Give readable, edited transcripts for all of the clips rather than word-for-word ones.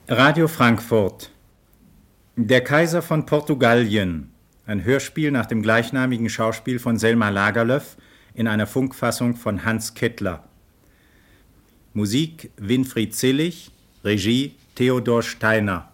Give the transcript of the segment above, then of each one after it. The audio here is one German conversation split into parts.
Radio Frankfurt. Der Kaiser von Portugalien. Ein Hörspiel nach dem gleichnamigen Schauspiel von Selma Lagerlöf in einer Funkfassung von Hans Kettler. Musik Winfried Zillig, Regie Theodor Steiner.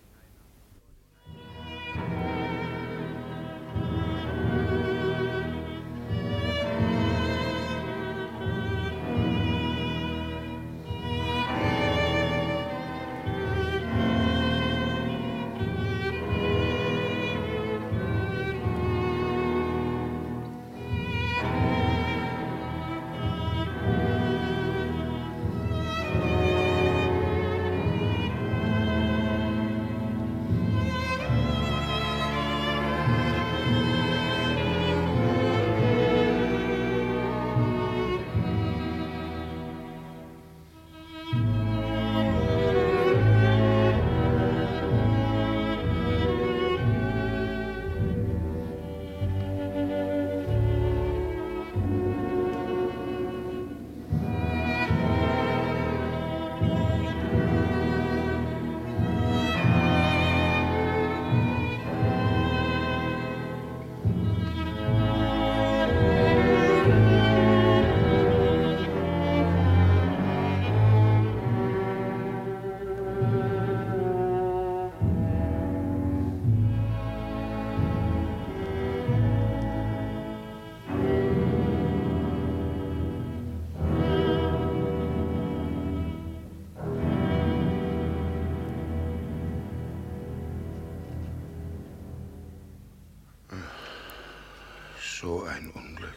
So ein Unglück.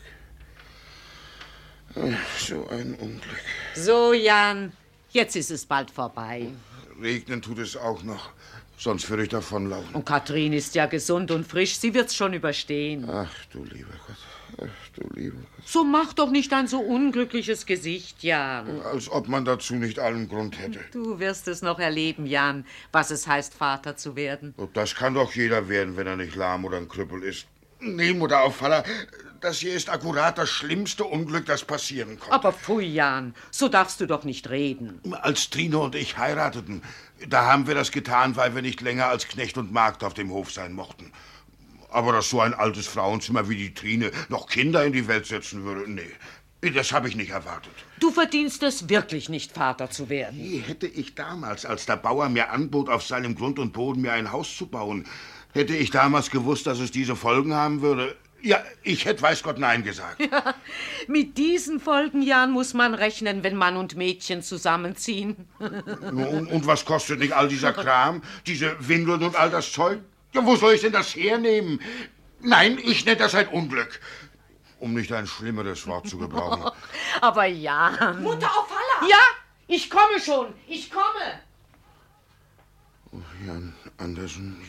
So ein Unglück. So, Jan, jetzt ist es bald vorbei. Regnen tut es auch noch, sonst würde ich davonlaufen. Und Kathrin ist ja gesund und frisch, sie wird's schon überstehen. Ach du lieber Gott, ach du lieber Gott. So mach doch nicht ein so unglückliches Gesicht, Jan. Als ob man dazu nicht allen Grund hätte. Du wirst es noch erleben, Jan, was es heißt, Vater zu werden. Das kann doch jeder werden, wenn er nicht lahm oder ein Krüppel ist. Nee, Mutter Auffaller, das hier ist akkurat das schlimmste Unglück, das passieren konnte. Aber pfui, Jan, so darfst du doch nicht reden. Als Trine und ich heirateten, da haben wir das getan, weil wir nicht länger als Knecht und Magd auf dem Hof sein mochten. Aber dass so ein altes Frauenzimmer wie die Trine noch Kinder in die Welt setzen würde, nee, das habe ich nicht erwartet. Du verdienst es wirklich nicht, Vater zu werden. Wie hätte ich damals, als der Bauer mir anbot, auf seinem Grund und Boden mir ein Haus zu bauen, hätte ich damals gewusst, dass es diese Folgen haben würde? Ja, ich hätte weiß Gott Nein gesagt. Ja, mit diesen Folgen, Jan, muss man rechnen, wenn Mann und Mädchen zusammenziehen. Und was kostet nicht all dieser Kram, diese Windeln und all das Zeug? Ja, wo soll ich denn das hernehmen? Nein, ich nenne das ein Unglück. Um nicht ein schlimmeres Wort zu gebrauchen. Aber Jan... Mutter auf Haller! Ja, ich komme schon, ich komme. Oh, Jan Andersen,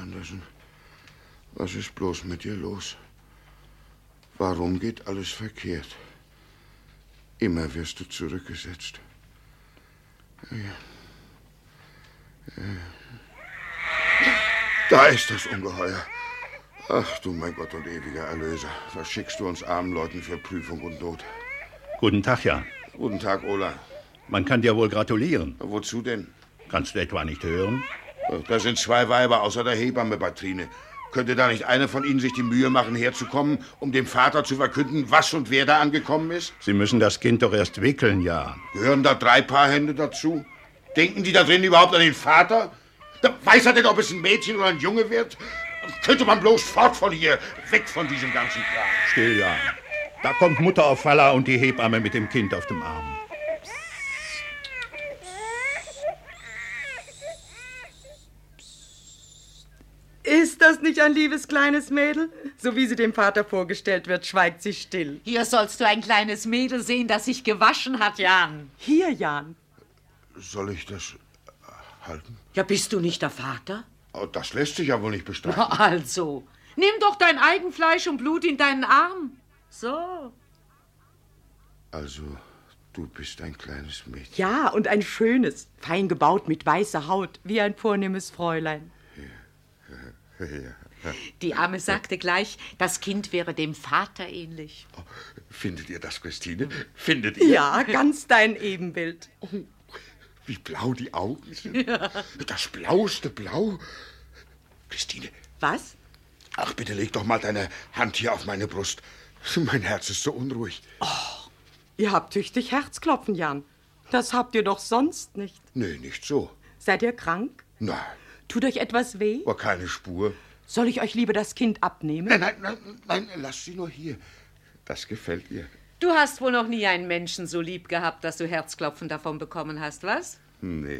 was ist bloß mit dir los? Warum geht alles verkehrt? Immer wirst du zurückgesetzt. Ja. Da ist das Ungeheuer. Ach du mein Gott und ewiger Erlöser, was schickst du uns armen Leuten für Prüfung und Not? Guten Tag, Jan. Guten Tag, Ola. Man kann dir wohl gratulieren. Wozu denn? Kannst du etwa nicht hören? Da sind 2 Weiber außer der Hebamme bei Trine. Könnte da nicht eine von ihnen sich die Mühe machen, herzukommen, um dem Vater zu verkünden, was und wer da angekommen ist? Sie müssen das Kind doch erst wickeln, Jan. Gehören da 3 Paar Hände dazu? Denken die da drin überhaupt an den Vater? Weiß er denn, ob es ein Mädchen oder ein Junge wird? Könnte man bloß fort von hier, weg von diesem ganzen Kram. Still, Jan. Da kommt Mutter auf Faller und die Hebamme mit dem Kind auf dem Arm. Ist das nicht ein liebes kleines Mädel? So wie sie dem Vater vorgestellt wird, schweigt sie still. Hier sollst du ein kleines Mädel sehen, das sich gewaschen hat, Jan. Hier, Jan. Soll ich das halten? Ja, bist du nicht der Vater? Oh, das lässt sich ja wohl nicht bestreiten. Na also, nimm doch dein Eigenfleisch und Blut in deinen Arm. So. Also, du bist ein kleines Mädchen. Ja, und ein schönes, fein gebaut mit weißer Haut, wie ein vornehmes Fräulein. Ja. Die Amme sagte gleich, das Kind wäre dem Vater ähnlich. Oh, findet ihr das, Christine? Findet ihr? Ja, ganz dein Ebenbild. Wie blau die Augen sind. Ja. Das blaueste Blau. Christine. Was? Ach, bitte leg doch mal deine Hand hier auf meine Brust. Mein Herz ist so unruhig. Oh, ihr habt tüchtig Herzklopfen, Jan. Das habt ihr doch sonst nicht. Nee, nicht so. Seid ihr krank? Nein. Tut euch etwas weh? Aber keine Spur. Soll ich euch lieber das Kind abnehmen? Nein, lass sie nur hier. Das gefällt ihr. Du hast wohl noch nie einen Menschen so lieb gehabt, dass du Herzklopfen davon bekommen hast, was? Nee,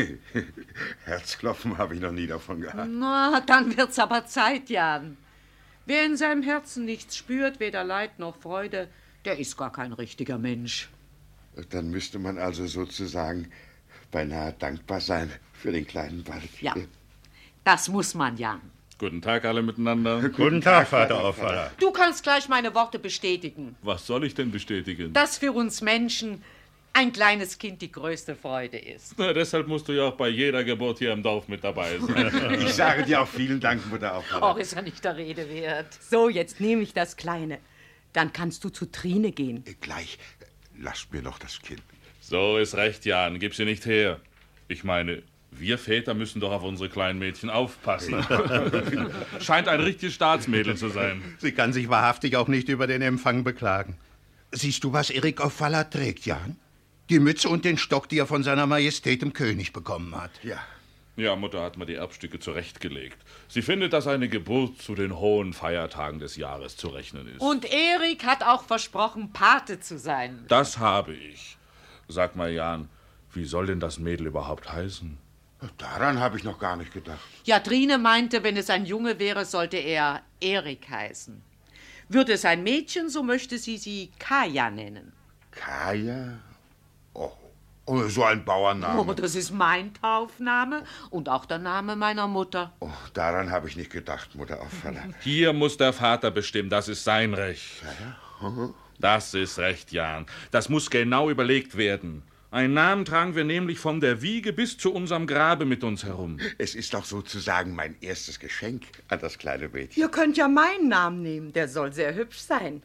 Herzklopfen habe ich noch nie davon gehabt. Na, dann wird's aber Zeit, Jan. Wer in seinem Herzen nichts spürt, weder Leid noch Freude, der ist gar kein richtiger Mensch. Dann müsste man also sozusagen beinahe dankbar sein für den kleinen Balk. Ja, das muss man, Jan. Guten Tag alle miteinander. Guten Tag, Vater Auffaller. Du kannst gleich meine Worte bestätigen. Was soll ich denn bestätigen? Dass für uns Menschen ein kleines Kind die größte Freude ist. Na, deshalb musst du ja auch bei jeder Geburt hier im Dorf mit dabei sein. Ich sage dir auch vielen Dank, Mutter Auffaller. Och, ist ja nicht der Rede wert. So, jetzt nehme ich das Kleine. Dann kannst du zu Trine gehen. Gleich. Lasst mir noch das Kind. So ist recht, Jan. Gib sie nicht her. Ich meine, wir Väter müssen doch auf unsere kleinen Mädchen aufpassen. Scheint ein richtiges Staatsmädel zu sein. Sie kann sich wahrhaftig auch nicht über den Empfang beklagen. Siehst du, was Erik Auffaller trägt, Jan? Die Mütze und den Stock, die er von seiner Majestät dem König bekommen hat. Ja. Ja, Mutter hat mir die Erbstücke zurechtgelegt. Sie findet, dass eine Geburt zu den hohen Feiertagen des Jahres zu rechnen ist. Und Erik hat auch versprochen, Pate zu sein. Das habe ich. Sag mal, Jan, wie soll denn das Mädel überhaupt heißen? Daran habe ich noch gar nicht gedacht. Ja, Trine meinte, wenn es ein Junge wäre, sollte er Erik heißen. Würde es ein Mädchen, so möchte sie Kaja nennen. Kaja? Oh, so ein Bauernname. Oh, das ist mein Taufname und auch der Name meiner Mutter. Oh, daran habe ich nicht gedacht, Mutter Auffaller. Hier muss der Vater bestimmen, das ist sein Recht. Ja. Das ist recht, Jan. Das muss genau überlegt werden. Einen Namen tragen wir nämlich von der Wiege bis zu unserem Grabe mit uns herum. Es ist doch sozusagen mein erstes Geschenk an das kleine Mädchen. Ihr könnt ja meinen Namen nehmen. Der soll sehr hübsch sein.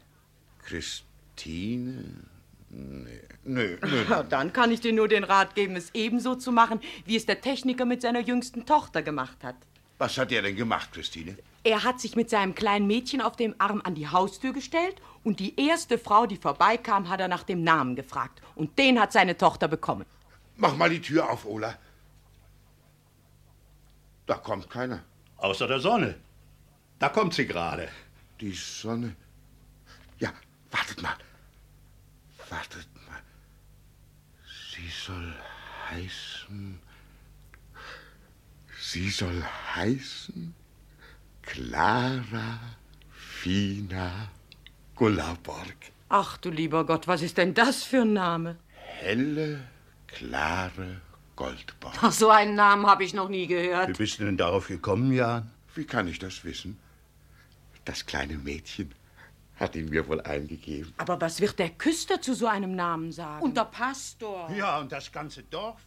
Christine? Nee. Ja, dann kann ich dir nur den Rat geben, es ebenso zu machen, wie es der Techniker mit seiner jüngsten Tochter gemacht hat. Was hat er denn gemacht, Christine? Er hat sich mit seinem kleinen Mädchen auf dem Arm an die Haustür gestellt und die erste Frau, die vorbeikam, hat er nach dem Namen gefragt. Und den hat seine Tochter bekommen. Mach mal die Tür auf, Ola. Da kommt keiner. Außer der Sonne. Da kommt sie gerade. Die Sonne. Ja, wartet mal. Sie soll heißen Clara Fina Gullaborg. Ach du lieber Gott, was ist denn das für ein Name? Helle, klare Goldborg. Ach, so einen Namen habe ich noch nie gehört. Wie bist du denn darauf gekommen, Jan? Wie kann ich das wissen? Das kleine Mädchen hat ihn mir wohl eingegeben. Aber was wird der Küster zu so einem Namen sagen? Und der Pastor. Ja, und das ganze Dorf.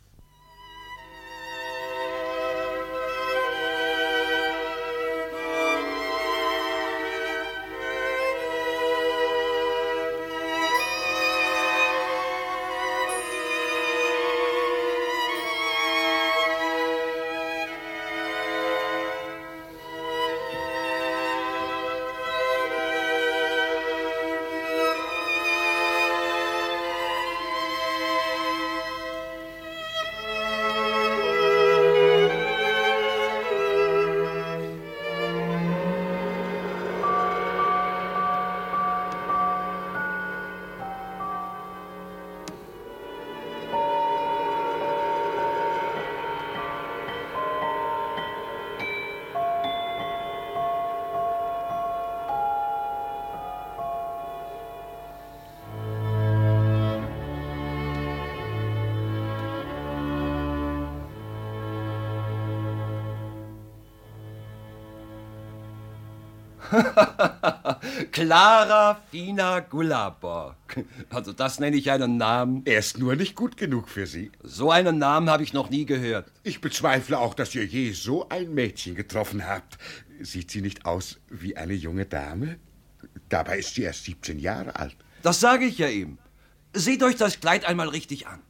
Clara Fina Gullaborg. Also das nenne ich einen Namen. Er ist nur nicht gut genug für Sie. So einen Namen habe ich noch nie gehört. Ich bezweifle auch, dass ihr je so ein Mädchen getroffen habt. Sieht sie nicht aus wie eine junge Dame? Dabei ist sie erst 17 Jahre alt. Das sage ich ja eben. Seht euch das Kleid einmal richtig an.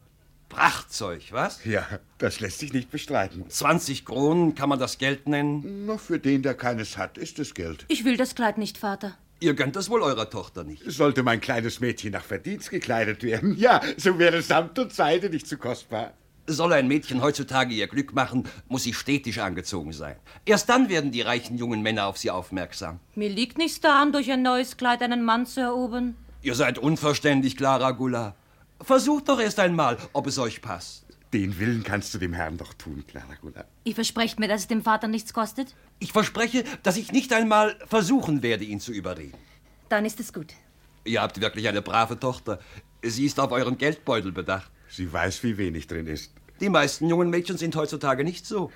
Prachtzeug, was? Ja, das lässt sich nicht bestreiten. 20 Kronen, kann man das Geld nennen? Noch für den, der keines hat, ist es Geld. Ich will das Kleid nicht, Vater. Ihr gönnt das wohl eurer Tochter nicht. Sollte mein kleines Mädchen nach Verdienst gekleidet werden, ja, so wäre Samt und Seide nicht zu kostbar. Soll ein Mädchen heutzutage ihr Glück machen, muss sie stetig angezogen sein. Erst dann werden die reichen jungen Männer auf sie aufmerksam. Mir liegt nichts daran, durch ein neues Kleid einen Mann zu erobern. Ihr seid unverständig, Clara Gula. Versucht doch erst einmal, ob es euch passt. Den Willen kannst du dem Herrn doch tun, Clara Gula. Ihr versprecht mir, dass es dem Vater nichts kostet? Ich verspreche, dass ich nicht einmal versuchen werde, ihn zu überreden. Dann ist es gut. Ihr habt wirklich eine brave Tochter. Sie ist auf euren Geldbeutel bedacht. Sie weiß, wie wenig drin ist. Die meisten jungen Mädchen sind heutzutage nicht so.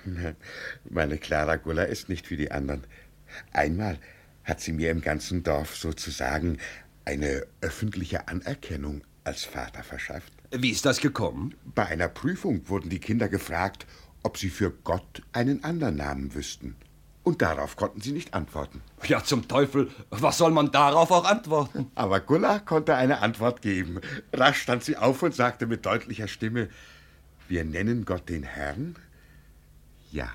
Meine Clara Gula ist nicht wie die anderen. Einmal hat sie mir im ganzen Dorf sozusagen eine öffentliche Anerkennung als Vater verschafft. Wie ist das gekommen? Bei einer Prüfung wurden die Kinder gefragt, ob sie für Gott einen anderen Namen wüssten. Und darauf konnten sie nicht antworten. Ja, zum Teufel, was soll man darauf auch antworten? Aber Gula konnte eine Antwort geben. Rasch stand sie auf und sagte mit deutlicher Stimme, wir nennen Gott den Herrn Jan.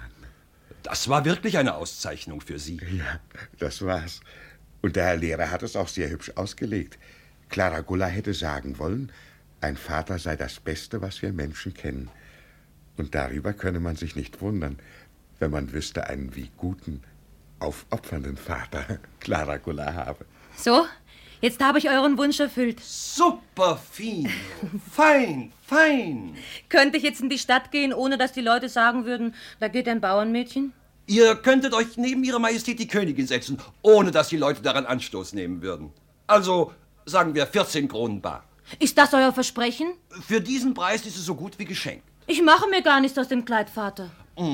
Das war wirklich eine Auszeichnung für Sie. Ja, das war's. Und der Herr Lehrer hat es auch sehr hübsch ausgelegt. Clara Gula hätte sagen wollen, ein Vater sei das Beste, was wir Menschen kennen. Und darüber könne man sich nicht wundern, wenn man wüsste, einen wie guten, aufopfernden Vater Clara Gula habe. So, jetzt habe ich euren Wunsch erfüllt. Super fino, fein, fein. Könnte ich jetzt in die Stadt gehen, ohne dass die Leute sagen würden, da geht ein Bauernmädchen? Ihr könntet euch neben Ihrer Majestät die Königin setzen, ohne dass die Leute daran Anstoß nehmen würden. Also, sagen wir 14 Kronen bar. Ist das euer Versprechen? Für diesen Preis ist es so gut wie geschenkt. Ich mache mir gar nichts aus dem Kleid, Vater.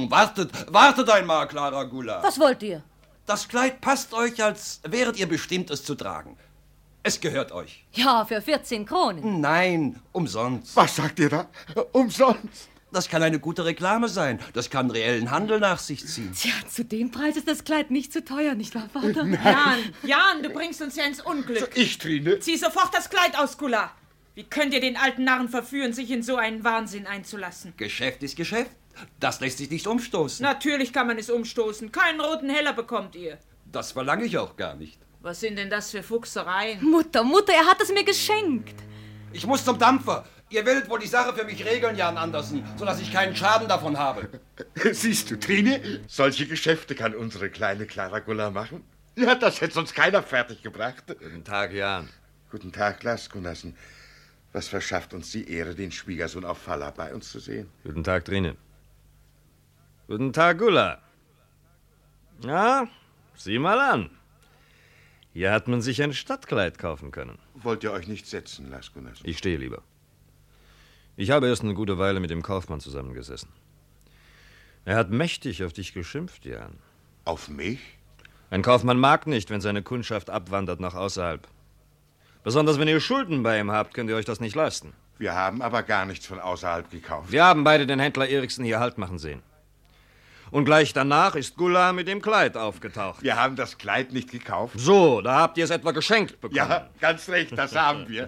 Wartet einmal, Clara Gula. Was wollt ihr? Das Kleid passt euch, als wäret ihr bestimmt, es zu tragen. Es gehört euch. Ja, für 14 Kronen. Nein, umsonst. Was sagt ihr da? Umsonst? Das kann eine gute Reklame sein. Das kann reellen Handel nach sich ziehen. Tja, zu dem Preis ist das Kleid nicht zu teuer, nicht wahr, Vater? Jan, du bringst uns ja ins Unglück. Ich, Trine? Zieh sofort das Kleid aus, Gula. Wie könnt ihr den alten Narren verführen, sich in so einen Wahnsinn einzulassen? Geschäft ist Geschäft. Das lässt sich nicht umstoßen. Natürlich kann man es umstoßen. Keinen roten Heller bekommt ihr. Das verlange ich auch gar nicht. Was sind denn das für Fuchsereien? Mutter, er hat es mir geschenkt. Ich muss zum Dampfer. Ihr werdet wohl die Sache für mich regeln, Jan Andersen, sodass ich keinen Schaden davon habe. Siehst du, Trine, solche Geschäfte kann unsere kleine Clara Gula machen. Ja, das hätte sonst keiner fertiggebracht. Guten Tag, Jan. Guten Tag, Laskunassen. Was verschafft uns die Ehre, den Schwiegersohn auf Falla bei uns zu sehen? Guten Tag, Trine. Guten Tag, Gula. Na, sieh mal an. Hier hat man sich ein Stadtkleid kaufen können. Wollt ihr euch nicht setzen, Laskunassen? Ich stehe lieber. Ich habe erst eine gute Weile mit dem Kaufmann zusammengesessen. Er hat mächtig auf dich geschimpft, Jan. Auf mich? Ein Kaufmann mag nicht, wenn seine Kundschaft abwandert nach außerhalb. Besonders wenn ihr Schulden bei ihm habt, könnt ihr euch das nicht leisten. Wir haben aber gar nichts von außerhalb gekauft. Wir haben beide den Händler Eriksen hier Halt machen sehen. Und gleich danach ist Gula mit dem Kleid aufgetaucht. Wir haben das Kleid nicht gekauft. So, da habt ihr es etwa geschenkt bekommen. Ja, ganz recht, das haben wir.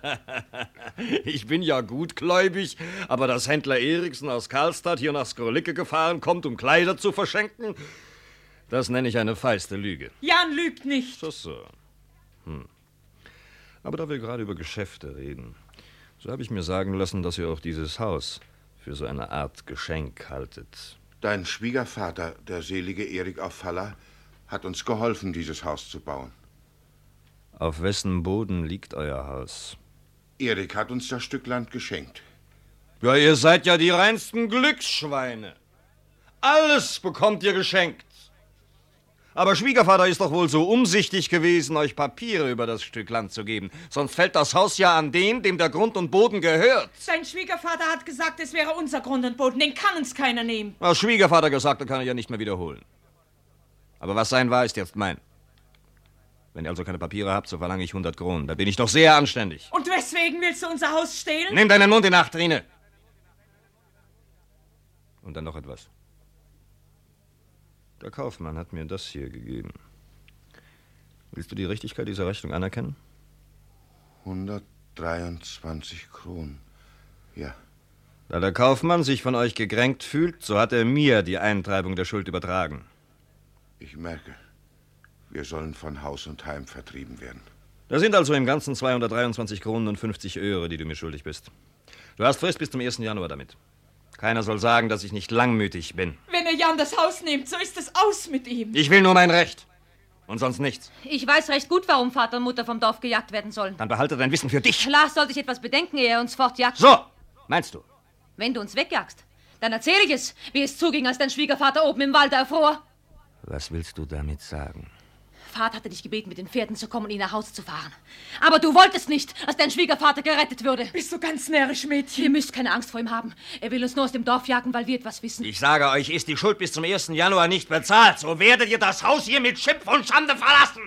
Ich bin ja gutgläubig, aber dass Händler Eriksen aus Karlstadt hier nach Skrolicke gefahren kommt, um Kleider zu verschenken, das nenne ich eine feiste Lüge. Jan lügt nicht. So. Aber da wir gerade über Geschäfte reden, so habe ich mir sagen lassen, dass ihr auch dieses Haus für so eine Art Geschenk haltet. Dein Schwiegervater, der selige Erik auf Falla, hat uns geholfen, dieses Haus zu bauen. Auf wessen Boden liegt euer Haus? Erik hat uns das Stück Land geschenkt. Ja, ihr seid ja die reinsten Glücksschweine. Alles bekommt ihr geschenkt. Aber Schwiegervater ist doch wohl so umsichtig gewesen, euch Papiere über das Stück Land zu geben. Sonst fällt das Haus ja an den, dem der Grund und Boden gehört. Sein Schwiegervater hat gesagt, es wäre unser Grund und Boden. Den kann uns keiner nehmen. Was Schwiegervater gesagt hat, kann er ja nicht mehr wiederholen. Aber was sein war, ist jetzt mein. Wenn ihr also keine Papiere habt, so verlange ich 100 Kronen. Da bin ich doch sehr anständig. Und weswegen willst du unser Haus stehlen? Nimm deinen Mund in Acht, Trine. Und dann noch etwas. Der Kaufmann hat mir das hier gegeben. Willst du die Richtigkeit dieser Rechnung anerkennen? 123 Kronen. Ja. Da der Kaufmann sich von euch gekränkt fühlt, so hat er mir die Eintreibung der Schuld übertragen. Ich merke, wir sollen von Haus und Heim vertrieben werden. Da sind also im Ganzen 223 Kronen und 50 Öre, die du mir schuldig bist. Du hast Frist bis zum 1. Januar damit. Keiner soll sagen, dass ich nicht langmütig bin. Wenn er Jan das Haus nimmt, so ist es aus mit ihm. Ich will nur mein Recht. Und sonst nichts. Ich weiß recht gut, warum Vater und Mutter vom Dorf gejagt werden sollen. Dann behalte dein Wissen für dich. Klar sollte ich etwas bedenken, ehe er uns fortjagt. So, meinst du? Wenn du uns wegjagst, dann erzähle ich es, wie es zuging, als dein Schwiegervater oben im Wald erfror. Was willst du damit sagen? Vater hatte dich gebeten, mit den Pferden zu kommen und ihn nach Hause zu fahren. Aber du wolltest nicht, dass dein Schwiegervater gerettet würde. Bist du ganz närrisch, Mädchen? Ihr müsst keine Angst vor ihm haben. Er will uns nur aus dem Dorf jagen, weil wir etwas wissen. Ich sage euch, ist die Schuld bis zum 1. Januar nicht bezahlt, so werdet ihr das Haus hier mit Schimpf und Schande verlassen.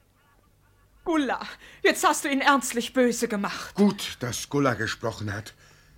Gula, jetzt hast du ihn ernstlich böse gemacht. Gut, dass Gula gesprochen hat.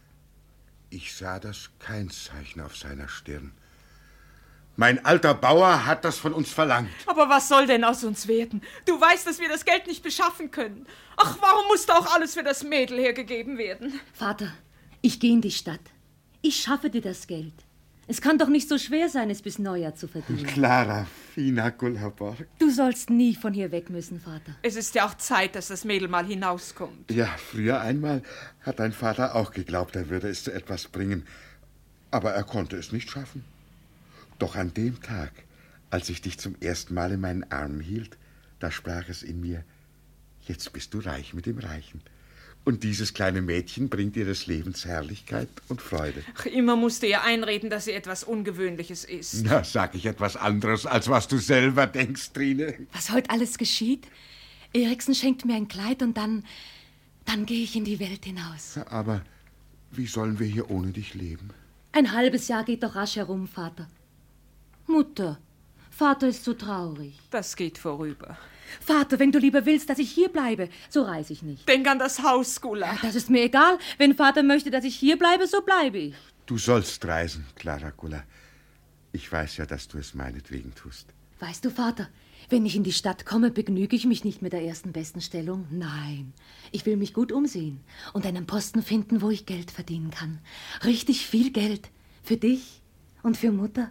Ich sah das Keinszeichen auf seiner Stirn. Mein alter Bauer hat das von uns verlangt. Aber was soll denn aus uns werden? Du weißt, dass wir das Geld nicht beschaffen können. Ach, warum musste auch alles für das Mädel hergegeben werden? Vater, ich gehe in die Stadt. Ich schaffe dir das Geld. Es kann doch nicht so schwer sein, es bis Neujahr zu verdienen. Clara, Fina Gullaborg. Du sollst nie von hier weg müssen, Vater. Es ist ja auch Zeit, dass das Mädel mal hinauskommt. Ja, früher einmal hat dein Vater auch geglaubt, er würde es zu etwas bringen. Aber er konnte es nicht schaffen. Doch an dem Tag, als ich dich zum ersten Mal in meinen Armen hielt, da sprach es in mir, jetzt bist du reich mit dem Reichen. Und dieses kleine Mädchen bringt dir des Lebens Herrlichkeit und Freude. Ach, immer musst du ihr einreden, dass sie etwas Ungewöhnliches ist. Na, sag ich etwas anderes, als was du selber denkst, Trine. Was heute alles geschieht? Eriksen schenkt mir ein Kleid und dann gehe ich in die Welt hinaus. Aber wie sollen wir hier ohne dich leben? Ein halbes Jahr geht doch rasch herum, Vater. Mutter, Vater ist so traurig. Das geht vorüber. Vater, wenn du lieber willst, dass ich hier bleibe, so reise ich nicht. Denk an das Haus, Gula. Das ist mir egal. Wenn Vater möchte, dass ich hier bleibe, so bleibe ich. Du sollst reisen, Clara Gula. Ich weiß ja, dass du es meinetwegen tust. Weißt du, Vater, wenn ich in die Stadt komme, begnüge ich mich nicht mit der ersten besten Stellung. Nein, ich will mich gut umsehen und einen Posten finden, wo ich Geld verdienen kann. Richtig viel Geld. Für dich und für Mutter.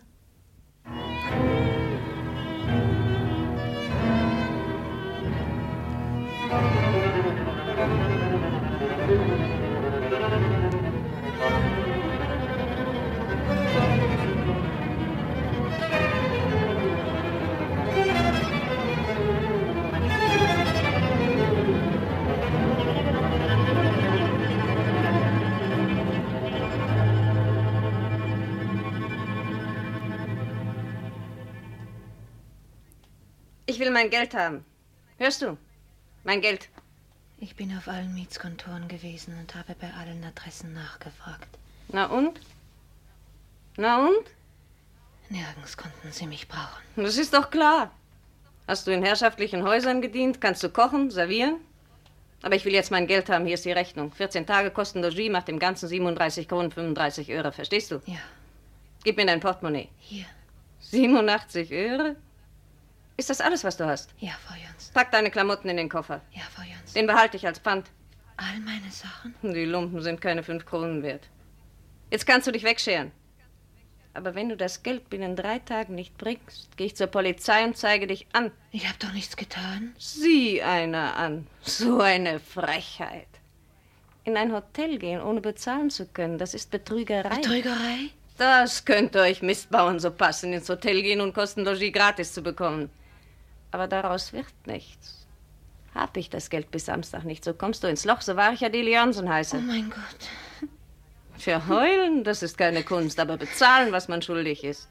Ich will mein Geld haben. Hörst du? Mein Geld. Ich bin auf allen Mietskontoren gewesen und habe bei allen Adressen nachgefragt. Na und? Na und? Nirgends konnten sie mich brauchen. Das ist doch klar. Hast du in herrschaftlichen Häusern gedient? Kannst du kochen, servieren? Aber ich will jetzt mein Geld haben. Hier ist die Rechnung. 14 Tage kosten Logis, macht im Ganzen 37 Kronen 35 Öre. Verstehst du? Ja. Gib mir dein Portemonnaie. Hier. 87 Öre? Ist das alles, was du hast? Ja, Frau Jons. Pack deine Klamotten in den Koffer. Ja, Frau Jons. Den behalte ich als Pfand. All meine Sachen? Die Lumpen sind keine 5 Kronen wert. Jetzt kannst du dich wegscheren. Aber wenn du das Geld binnen 3 Tagen nicht bringst, gehe ich zur Polizei und zeige dich an. Ich habe doch nichts getan. Sieh einer an. So eine Frechheit. In ein Hotel gehen, ohne bezahlen zu können, das ist Betrügerei. Betrügerei? Das könnte euch Mistbauern so passen, ins Hotel gehen und Kostenlogis gratis zu bekommen. Aber daraus wird nichts. Hab ich das Geld bis Samstag nicht, so kommst du ins Loch, so wahr ich Adele Jansen heiße. Oh mein Gott. Für heulen, das ist keine Kunst, aber bezahlen, was man schuldig ist.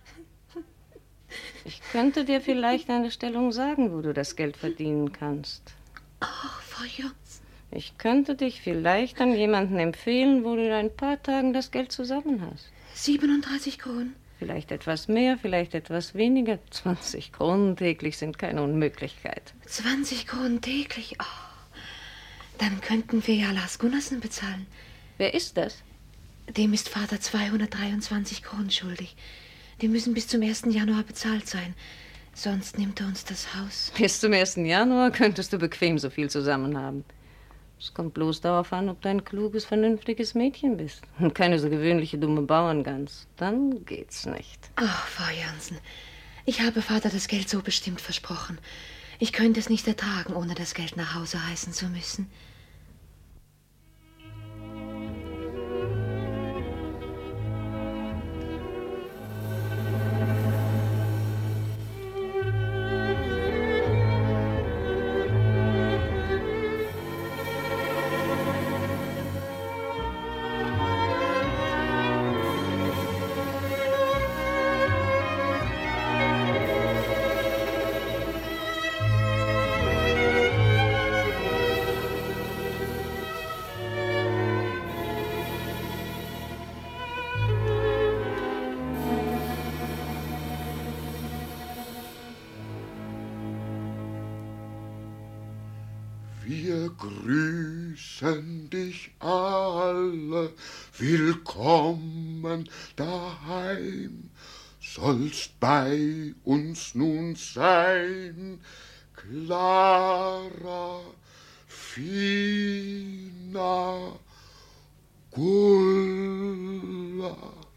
Ich könnte dir vielleicht eine Stellung sagen, wo du das Geld verdienen kannst. Ach, Frau Jons. Ich könnte dich vielleicht an jemanden empfehlen, wo du in ein paar Tagen das Geld zusammen hast. 37 Kronen. Vielleicht etwas mehr, vielleicht etwas weniger. 20 Kronen täglich sind keine Unmöglichkeit. 20 Kronen täglich? Oh. Dann könnten wir ja Lars Gunnarsson bezahlen. Wer ist das? Dem ist Vater 223 Kronen schuldig. Die müssen bis zum 1. Januar bezahlt sein. Sonst nimmt er uns das Haus. Bis zum 1. Januar könntest du bequem so viel zusammen haben. Es kommt bloß darauf an, ob du ein kluges, vernünftiges Mädchen bist und keine so gewöhnliche dumme Bauerngans. Dann geht's nicht. Ach, Frau Jansen, ich habe Vater das Geld so bestimmt versprochen. Ich könnte es nicht ertragen, ohne das Geld nach Hause heißen zu müssen. Wir grüßen dich alle, willkommen daheim, sollst bei uns nun sein, Clara, Fina, Gulla.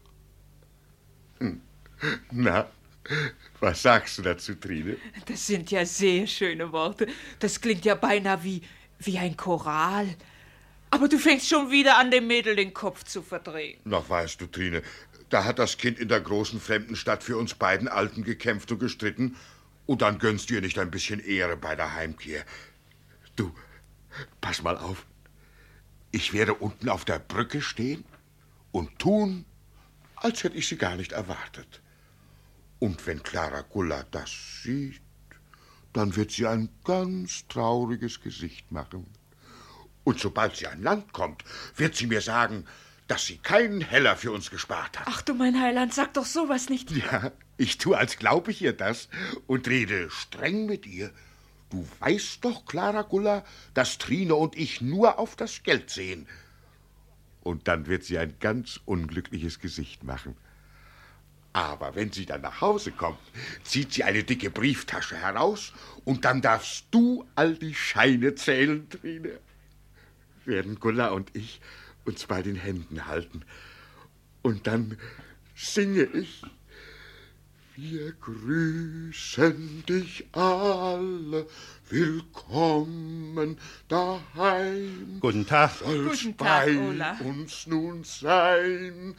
Na, was sagst du dazu, Trine? Das sind ja sehr schöne Worte. Das klingt ja beinahe wie ein Choral. Aber du fängst schon wieder an, dem Mädel den Kopf zu verdrehen. Noch weißt du, Trine, da hat das Kind in der großen fremden Stadt für uns beiden Alten gekämpft und gestritten. Und dann gönnst du ihr nicht ein bisschen Ehre bei der Heimkehr. Du, pass mal auf. Ich werde unten auf der Brücke stehen und tun, als hätte ich sie gar nicht erwartet. Und wenn Clara Gulla das sieht, dann wird sie ein ganz trauriges Gesicht machen. Und sobald sie an Land kommt, wird sie mir sagen, dass sie keinen Heller für uns gespart hat. Ach du mein Heiland, sag doch sowas nicht. Ja, ich tue, als glaube ich ihr das und rede streng mit ihr. Du weißt doch, Clara Gulla, dass Trine und ich nur auf das Geld sehen. Und dann wird sie ein ganz unglückliches Gesicht machen. Aber wenn sie dann nach Hause kommt, zieht sie eine dicke Brieftasche heraus und dann darfst du all die Scheine zählen, Trine. Werden Gulla und ich uns bei den Händen halten. Und dann singe ich: Wir grüßen dich alle, willkommen daheim. Guten Tag. Sollst bei uns nun sein,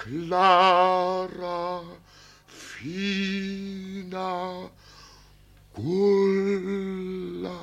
Clara, Fina, Gulla.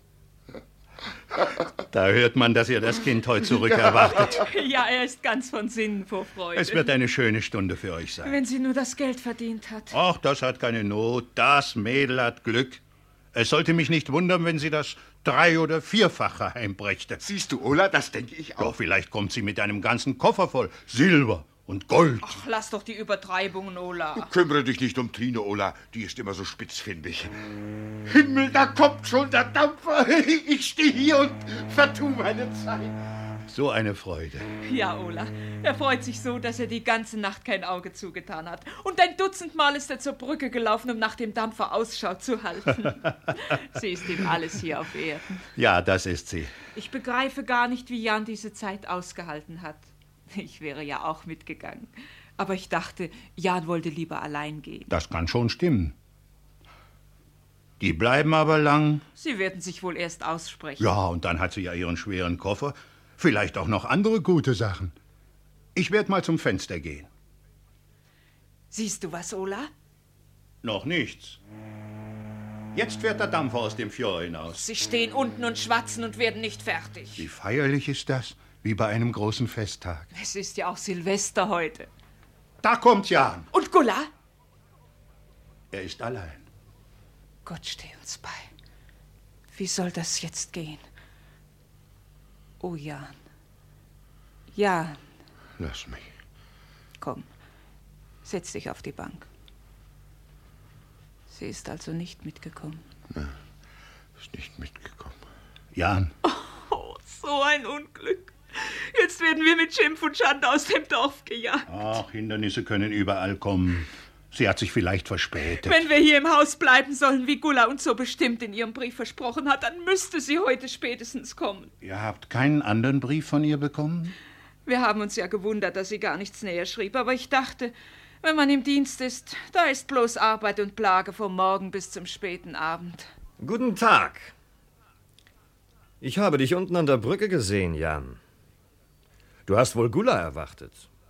Da hört man, dass ihr das Kind heute zurückerwartet. Ja, er ist ganz von Sinnen vor Freude. Es wird eine schöne Stunde für euch sein. Wenn sie nur das Geld verdient hat. Ach, das hat keine Not. Das Mädel hat Glück. Es sollte mich nicht wundern, wenn sie das 3- oder 4-fache heimbrächte. Siehst du, Ola, das denke ich auch. Doch, vielleicht kommt sie mit einem ganzen Koffer voll Silber und Gold. Ach, lass doch die Übertreibungen, Ola. Kümmere dich nicht um Trine, Ola. Die ist immer so spitzfindig. Himmel, da kommt schon der Dampfer. Ich stehe hier und vertue meine Zeit. So eine Freude. Ja, Ola. Er freut sich so, dass er die ganze Nacht kein Auge zugetan hat. Und ein Dutzendmal ist er zur Brücke gelaufen, um nach dem Dampfer Ausschau zu halten. Sie ist ihm alles hier auf Erden. Ja, das ist sie. Ich begreife gar nicht, wie Jan diese Zeit ausgehalten hat. Ich wäre ja auch mitgegangen. Aber ich dachte, Jan wollte lieber allein gehen. Das kann schon stimmen. Die bleiben aber lang. Sie werden sich wohl erst aussprechen. Ja, und dann hat sie ja ihren schweren Koffer. Vielleicht auch noch andere gute Sachen. Ich werde mal zum Fenster gehen. Siehst du was, Ola? Noch nichts. Jetzt fährt der Dampfer aus dem Fjord hinaus. Sie stehen unten und schwatzen und werden nicht fertig. Wie feierlich ist das? Wie bei einem großen Festtag. Es ist ja auch Silvester heute. Da kommt Jan. Und Gulla? Er ist allein. Gott steh uns bei. Wie soll das jetzt gehen? Oh, Jan. Jan. Lass mich. Komm, setz dich auf die Bank. Sie ist also nicht mitgekommen. Nein, ist nicht mitgekommen. Jan. Oh, so ein Unglück. Jetzt werden wir mit Schimpf und Schande aus dem Dorf gejagt. Ach, Hindernisse können überall kommen. Sie hat sich vielleicht verspätet. Wenn wir hier im Haus bleiben sollen, wie Gula uns so bestimmt in ihrem Brief versprochen hat, dann müsste sie heute spätestens kommen. Ihr habt keinen anderen Brief von ihr bekommen? Wir haben uns ja gewundert, dass sie gar nichts näher schrieb, aber ich dachte, wenn man im Dienst ist, da ist bloß Arbeit und Plage vom Morgen bis zum späten Abend. Guten Tag. Ich habe dich unten an der Brücke gesehen, Jan. Du hast wohl Gula erwartet.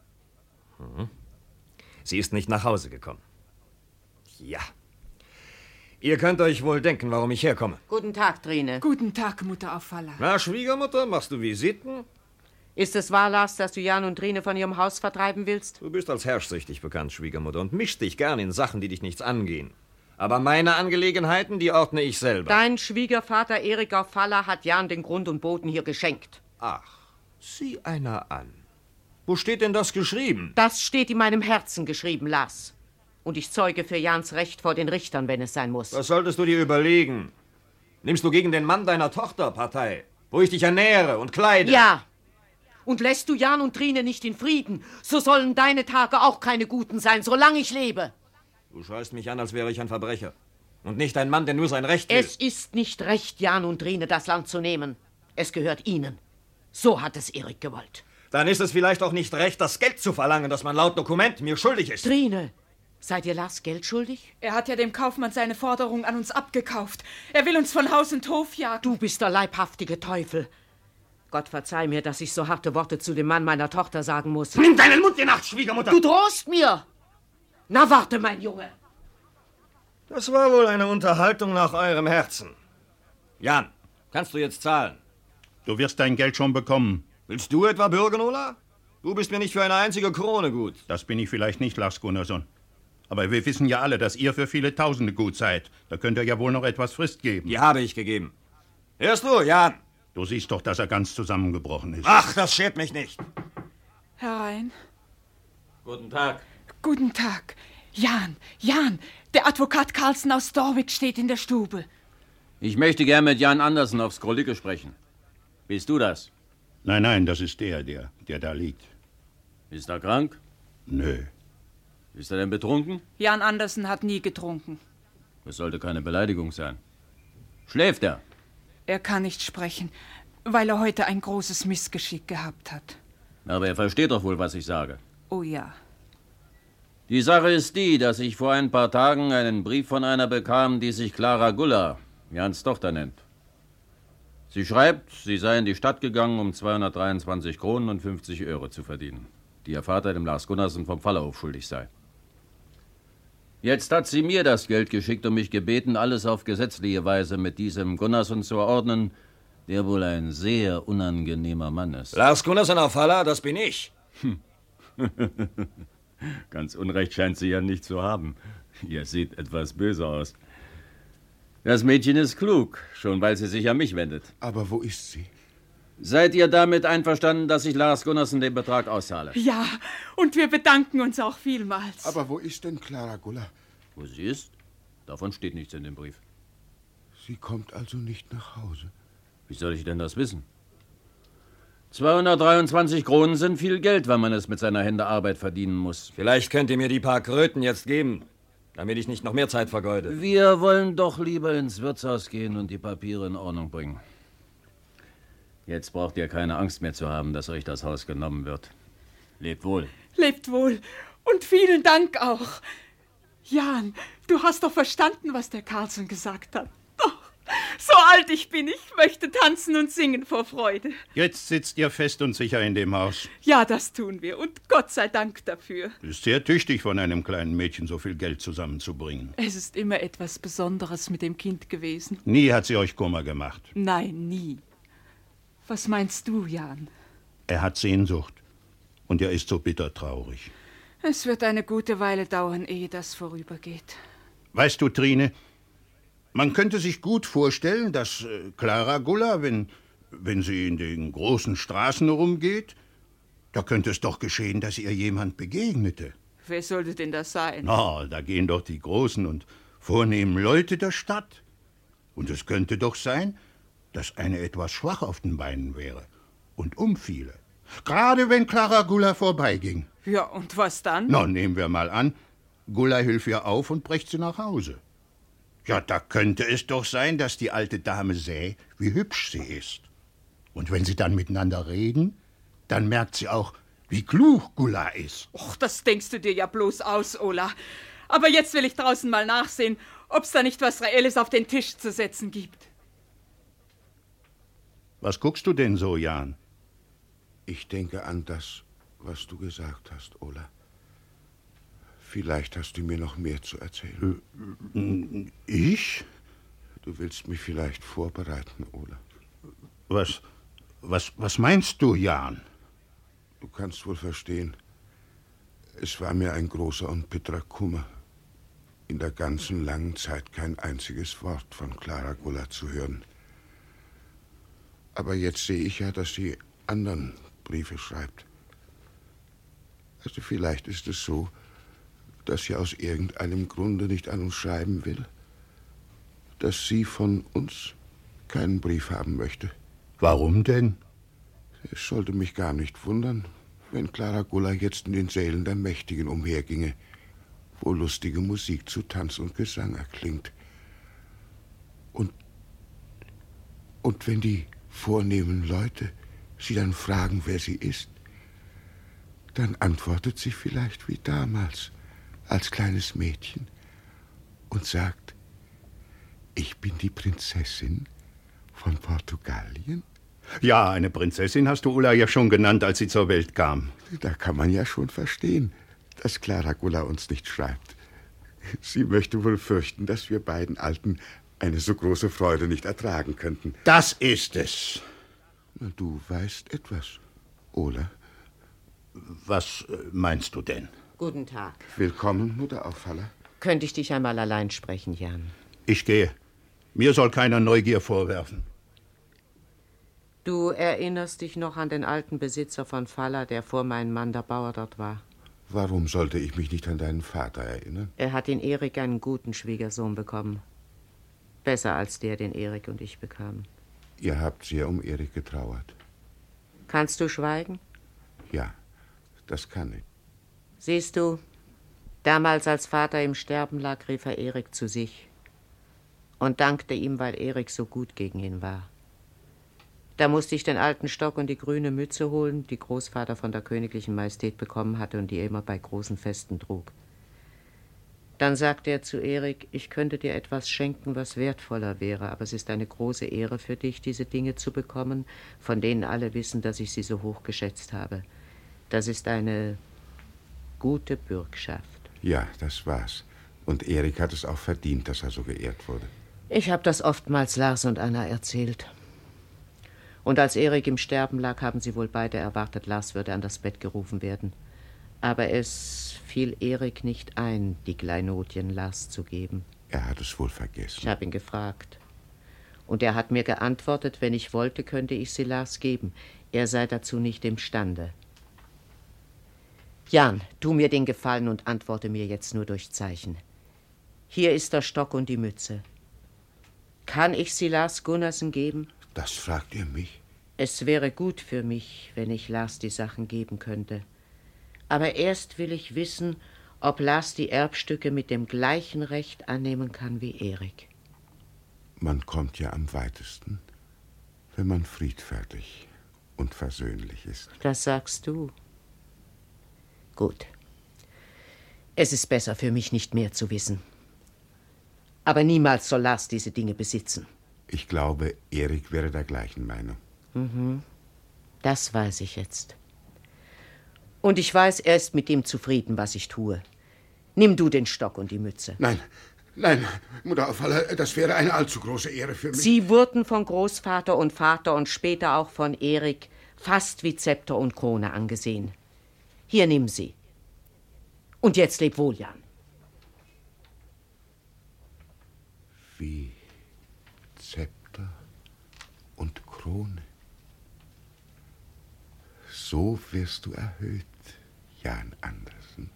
Sie ist nicht nach Hause gekommen. Ja. Ihr könnt euch wohl denken, warum ich herkomme. Guten Tag, Trine. Guten Tag, Mutter auf Falla. Na, Schwiegermutter, machst du Visiten? Ist es wahr, Lars, dass du Jan und Trine von ihrem Haus vertreiben willst? Du bist als herrschsüchtig bekannt, Schwiegermutter, und mischst dich gern in Sachen, die dich nichts angehen. Aber meine Angelegenheiten, die ordne ich selber. Dein Schwiegervater Erik auf Falla hat Jan den Grund und Boden hier geschenkt. Ach, sieh einer an. Wo steht denn das geschrieben? Das steht in meinem Herzen geschrieben, Lars. Und ich zeuge für Jans Recht vor den Richtern, wenn es sein muss. Das solltest du dir überlegen. Nimmst du gegen den Mann deiner Tochter Partei, wo ich dich ernähre und kleide? Ja. Und lässt du Jan und Trine nicht in Frieden, so sollen deine Tage auch keine guten sein, solange ich lebe. Du schreist mich an, als wäre ich ein Verbrecher. Und nicht ein Mann, der nur sein Recht will. Es ist nicht recht, Jan und Trine das Land zu nehmen. Es gehört ihnen. So hat es Erik gewollt. Dann ist es vielleicht auch nicht recht, das Geld zu verlangen, das man laut Dokument mir schuldig ist. Trine, seid ihr Lars Geld schuldig? Er hat ja dem Kaufmann seine Forderung an uns abgekauft. Er will uns von Haus und Hof jagen. Du bist der leibhaftige Teufel. Gott verzeih mir, dass ich so harte Worte zu dem Mann meiner Tochter sagen muss. Nimm deinen Mund in Acht, Schwiegermutter! Du drohst mir! Na, warte, mein Junge! Das war wohl eine Unterhaltung nach eurem Herzen. Jan, kannst du jetzt zahlen? Du wirst dein Geld schon bekommen. Willst du etwa bürgen, Ola? Du bist mir nicht für eine einzige Krone gut. Das bin ich vielleicht nicht, Lars Gunnarsson. Aber wir wissen ja alle, dass ihr für viele Tausende gut seid. Da könnt ihr ja wohl noch etwas Frist geben. Die habe ich gegeben. Hörst du, Jan? Du siehst doch, dass er ganz zusammengebrochen ist. Ach, das schert mich nicht. Herein. Guten Tag. Guten Tag. Jan, der Advokat Carlsen aus Dorwig steht in der Stube. Ich möchte gern mit Jan Andersen aufs Krolicke sprechen. Bist du das? Nein, das ist der da liegt. Ist er krank? Nö. Ist er denn betrunken? Jan Andersen hat nie getrunken. Das sollte keine Beleidigung sein. Schläft er? Er kann nicht sprechen, weil er heute ein großes Missgeschick gehabt hat. Aber er versteht doch wohl, was ich sage. Oh ja. Die Sache ist die, dass ich vor ein paar Tagen einen Brief von einer bekam, die sich Clara Gulla, Jans Tochter, nennt. Sie schreibt, sie sei in die Stadt gegangen, um 223 Kronen und 50 Euro zu verdienen, die ihr Vater dem Lars Gunnarsson vom Fallerhof schuldig sei. Jetzt hat sie mir das Geld geschickt und mich gebeten, alles auf gesetzliche Weise mit diesem Gunnarsson zu ordnen, der wohl ein sehr unangenehmer Mann ist. Lars Gunnarsson auf Falla, das bin ich. Ganz Unrecht scheint sie ja nicht zu haben. Ihr seht etwas böse aus. Das Mädchen ist klug, schon weil sie sich an mich wendet. Aber wo ist sie? Seid ihr damit einverstanden, dass ich Lars Gunnarsson den Betrag auszahle? Ja, und wir bedanken uns auch vielmals. Aber wo ist denn Clara Gulla? Wo sie ist? Davon steht nichts in dem Brief. Sie kommt also nicht nach Hause. Wie soll ich denn das wissen? 223 Kronen sind viel Geld, wenn man es mit seiner Hände Arbeit verdienen muss. Vielleicht könnt ihr mir die paar Kröten jetzt geben, damit ich nicht noch mehr Zeit vergeude. Wir wollen doch lieber ins Wirtshaus gehen und die Papiere in Ordnung bringen. Jetzt braucht ihr keine Angst mehr zu haben, dass euch das Haus genommen wird. Lebt wohl. Lebt wohl. Und vielen Dank auch. Jan, du hast doch verstanden, was der Carlsen gesagt hat. Oh, so alt ich bin, ich möchte tanzen und singen vor Freude. Jetzt sitzt ihr fest und sicher in dem Haus. Ja, das tun wir und Gott sei Dank dafür. Ist sehr tüchtig von einem kleinen Mädchen, so viel Geld zusammenzubringen. Es ist immer etwas Besonderes mit dem Kind gewesen. Nie hat sie euch Kummer gemacht. Nein, nie. Was meinst du, Jan? Er hat Sehnsucht und er ist so bitter traurig. Es wird eine gute Weile dauern, ehe das vorübergeht. Weißt du, Trine, man könnte sich gut vorstellen, dass Clara Gulla, wenn sie in den großen Straßen herumgeht, da könnte es doch geschehen, dass ihr jemand begegnete. Wer sollte denn das sein? Na, da gehen doch die großen und vornehmen Leute der Stadt. Und es könnte doch sein, dass eine etwas schwach auf den Beinen wäre und umfiele. Gerade wenn Clara Gulla vorbeiging. Ja, und was dann? Na, nehmen wir mal an, Gula hilft ihr auf und bringt sie nach Hause. Ja, da könnte es doch sein, dass die alte Dame sähe, wie hübsch sie ist. Und wenn sie dann miteinander reden, dann merkt sie auch, wie klug Gula ist. Och, das denkst du dir ja bloß aus, Ola. Aber jetzt will ich draußen mal nachsehen, ob's da nicht was Reelles auf den Tisch zu setzen gibt. Was guckst du denn so, Jan? Ich denke an das, was du gesagt hast, Ola. Vielleicht hast du mir noch mehr zu erzählen. Ich? Du willst mich vielleicht vorbereiten, Ola. Was meinst du, Jan? Du kannst wohl verstehen, es war mir ein großer und bitterer Kummer, in der ganzen langen Zeit kein einziges Wort von Clara Gula zu hören. Aber jetzt sehe ich ja, dass sie anderen Briefe schreibt. Also vielleicht ist es so, dass sie aus irgendeinem Grunde nicht an uns schreiben will, dass sie von uns keinen Brief haben möchte. Warum denn? Es sollte mich gar nicht wundern, wenn Clara Gula jetzt in den Sälen der Mächtigen umherginge, wo lustige Musik zu Tanz und Gesang erklingt. Und wenn die vornehmen Leute sie dann fragen, wer sie ist, dann antwortet sie vielleicht wie damals, als kleines Mädchen, und sagt, ich bin die Prinzessin von Portugalien. Ja, eine Prinzessin hast du Ulla ja schon genannt, als sie zur Welt kam. Da kann man ja schon verstehen, dass Clara Gula uns nicht schreibt. Sie möchte wohl fürchten, dass wir beiden Alten eine so große Freude nicht ertragen könnten. Das ist es. Du weißt etwas, Ola. Was meinst du denn? Guten Tag. Willkommen, Mutter Auffalla. Könnte ich dich einmal allein sprechen, Jan? Ich gehe. Mir soll keiner Neugier vorwerfen. Du erinnerst dich noch an den alten Besitzer von Falla, der vor meinem Mann der Bauer dort war? Warum sollte ich mich nicht an deinen Vater erinnern? Er hat in Erik einen guten Schwiegersohn bekommen. Besser als der, den Erik und ich bekamen. Ihr habt sehr um Erik getrauert. Kannst du schweigen? Ja, das kann ich. Siehst du, damals als Vater im Sterben lag, rief er Erik zu sich und dankte ihm, weil Erik so gut gegen ihn war. Da musste ich den alten Stock und die grüne Mütze holen, die Großvater von der königlichen Majestät bekommen hatte und die er immer bei großen Festen trug. Dann sagte er zu Erik, ich könnte dir etwas schenken, was wertvoller wäre, aber es ist eine große Ehre für dich, diese Dinge zu bekommen, von denen alle wissen, dass ich sie so hoch geschätzt habe. Das ist eine gute Bürgschaft. Ja, das war's. Und Erik hat es auch verdient, dass er so geehrt wurde. Ich habe das oftmals Lars und Anna erzählt. Und als Erik im Sterben lag, haben sie wohl beide erwartet, Lars würde an das Bett gerufen werden. Aber es fiel Erik nicht ein, die Kleinodien Lars zu geben. Er hat es wohl vergessen. Ich habe ihn gefragt. Und er hat mir geantwortet, wenn ich wollte, könnte ich sie Lars geben. Er sei dazu nicht imstande. Jan, tu mir den Gefallen und antworte mir jetzt nur durch Zeichen. Hier ist der Stock und die Mütze. Kann ich sie Lars Gunnarsson geben? Das fragt ihr mich? Es wäre gut für mich, wenn ich Lars die Sachen geben könnte. Aber erst will ich wissen, ob Lars die Erbstücke mit dem gleichen Recht annehmen kann wie Erik. Man kommt ja am weitesten, wenn man friedfertig und versöhnlich ist. Das sagst du. Gut. Es ist besser für mich, nicht mehr zu wissen. Aber niemals soll Lars diese Dinge besitzen. Ich glaube, Erik wäre der gleichen Meinung. Das weiß ich jetzt. Und ich weiß, er ist mit dem zufrieden, was ich tue. Nimm du den Stock und die Mütze. Nein, Mutter Auffalla, das wäre eine allzu große Ehre für mich. Sie wurden von Großvater und Vater und später auch von Erik fast wie Zepter und Krone angesehen. Hier, nimm sie. Und jetzt leb wohl, Jan. Wie Zepter und Krone. So wirst du erhöht, Jan Andersen.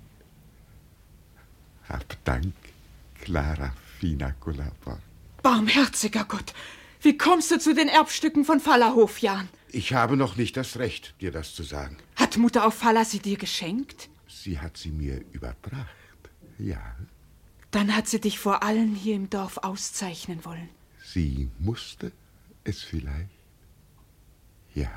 Hab Dank, Clara Fina Gulabor. Barmherziger Gott, wie kommst du zu den Erbstücken von Fallahof, Jan? Ich habe noch nicht das Recht, dir das zu sagen. Hat Mutter auf Falla sie dir geschenkt? Sie hat sie mir überbracht, Ja. Dann hat sie dich vor allen hier im Dorf auszeichnen wollen. Sie musste es vielleicht. Ja.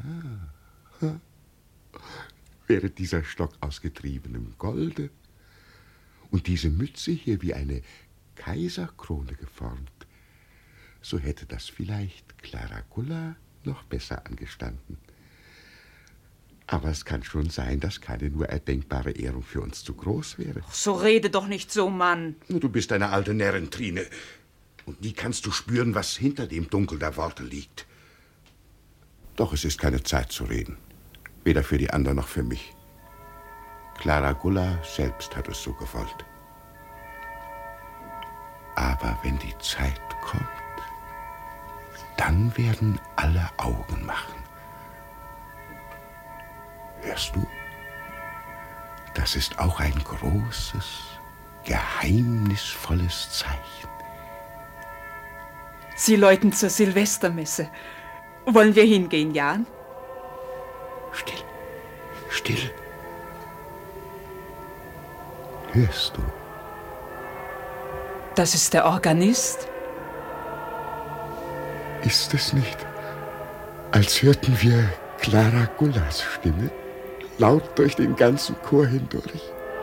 Wäre dieser Stock aus getriebenem Golde und diese Mütze hier wie eine Kaiserkrone geformt, so hätte das vielleicht Clara Gulla noch besser angestanden. Aber es kann schon sein, dass keine nur erdenkbare Ehrung für uns zu groß wäre. So rede doch nicht so, Mann. Du bist eine alte Närrin, Trine. Und nie kannst du spüren, was hinter dem Dunkel der Worte liegt. Doch es ist keine Zeit zu reden. Weder für die anderen noch für mich. Clara Gulla selbst hat es so gewollt. Aber wenn die Zeit kommt, dann werden alle Augen machen. Hörst du? Das ist auch ein großes, geheimnisvolles Zeichen. Sie läuten zur Silvestermesse. Wollen wir hingehen, Jan? Still. Hörst du? Das ist der Organist. Ist es nicht, als hörten wir Clara Gullas Stimme laut durch den ganzen Chor hindurch?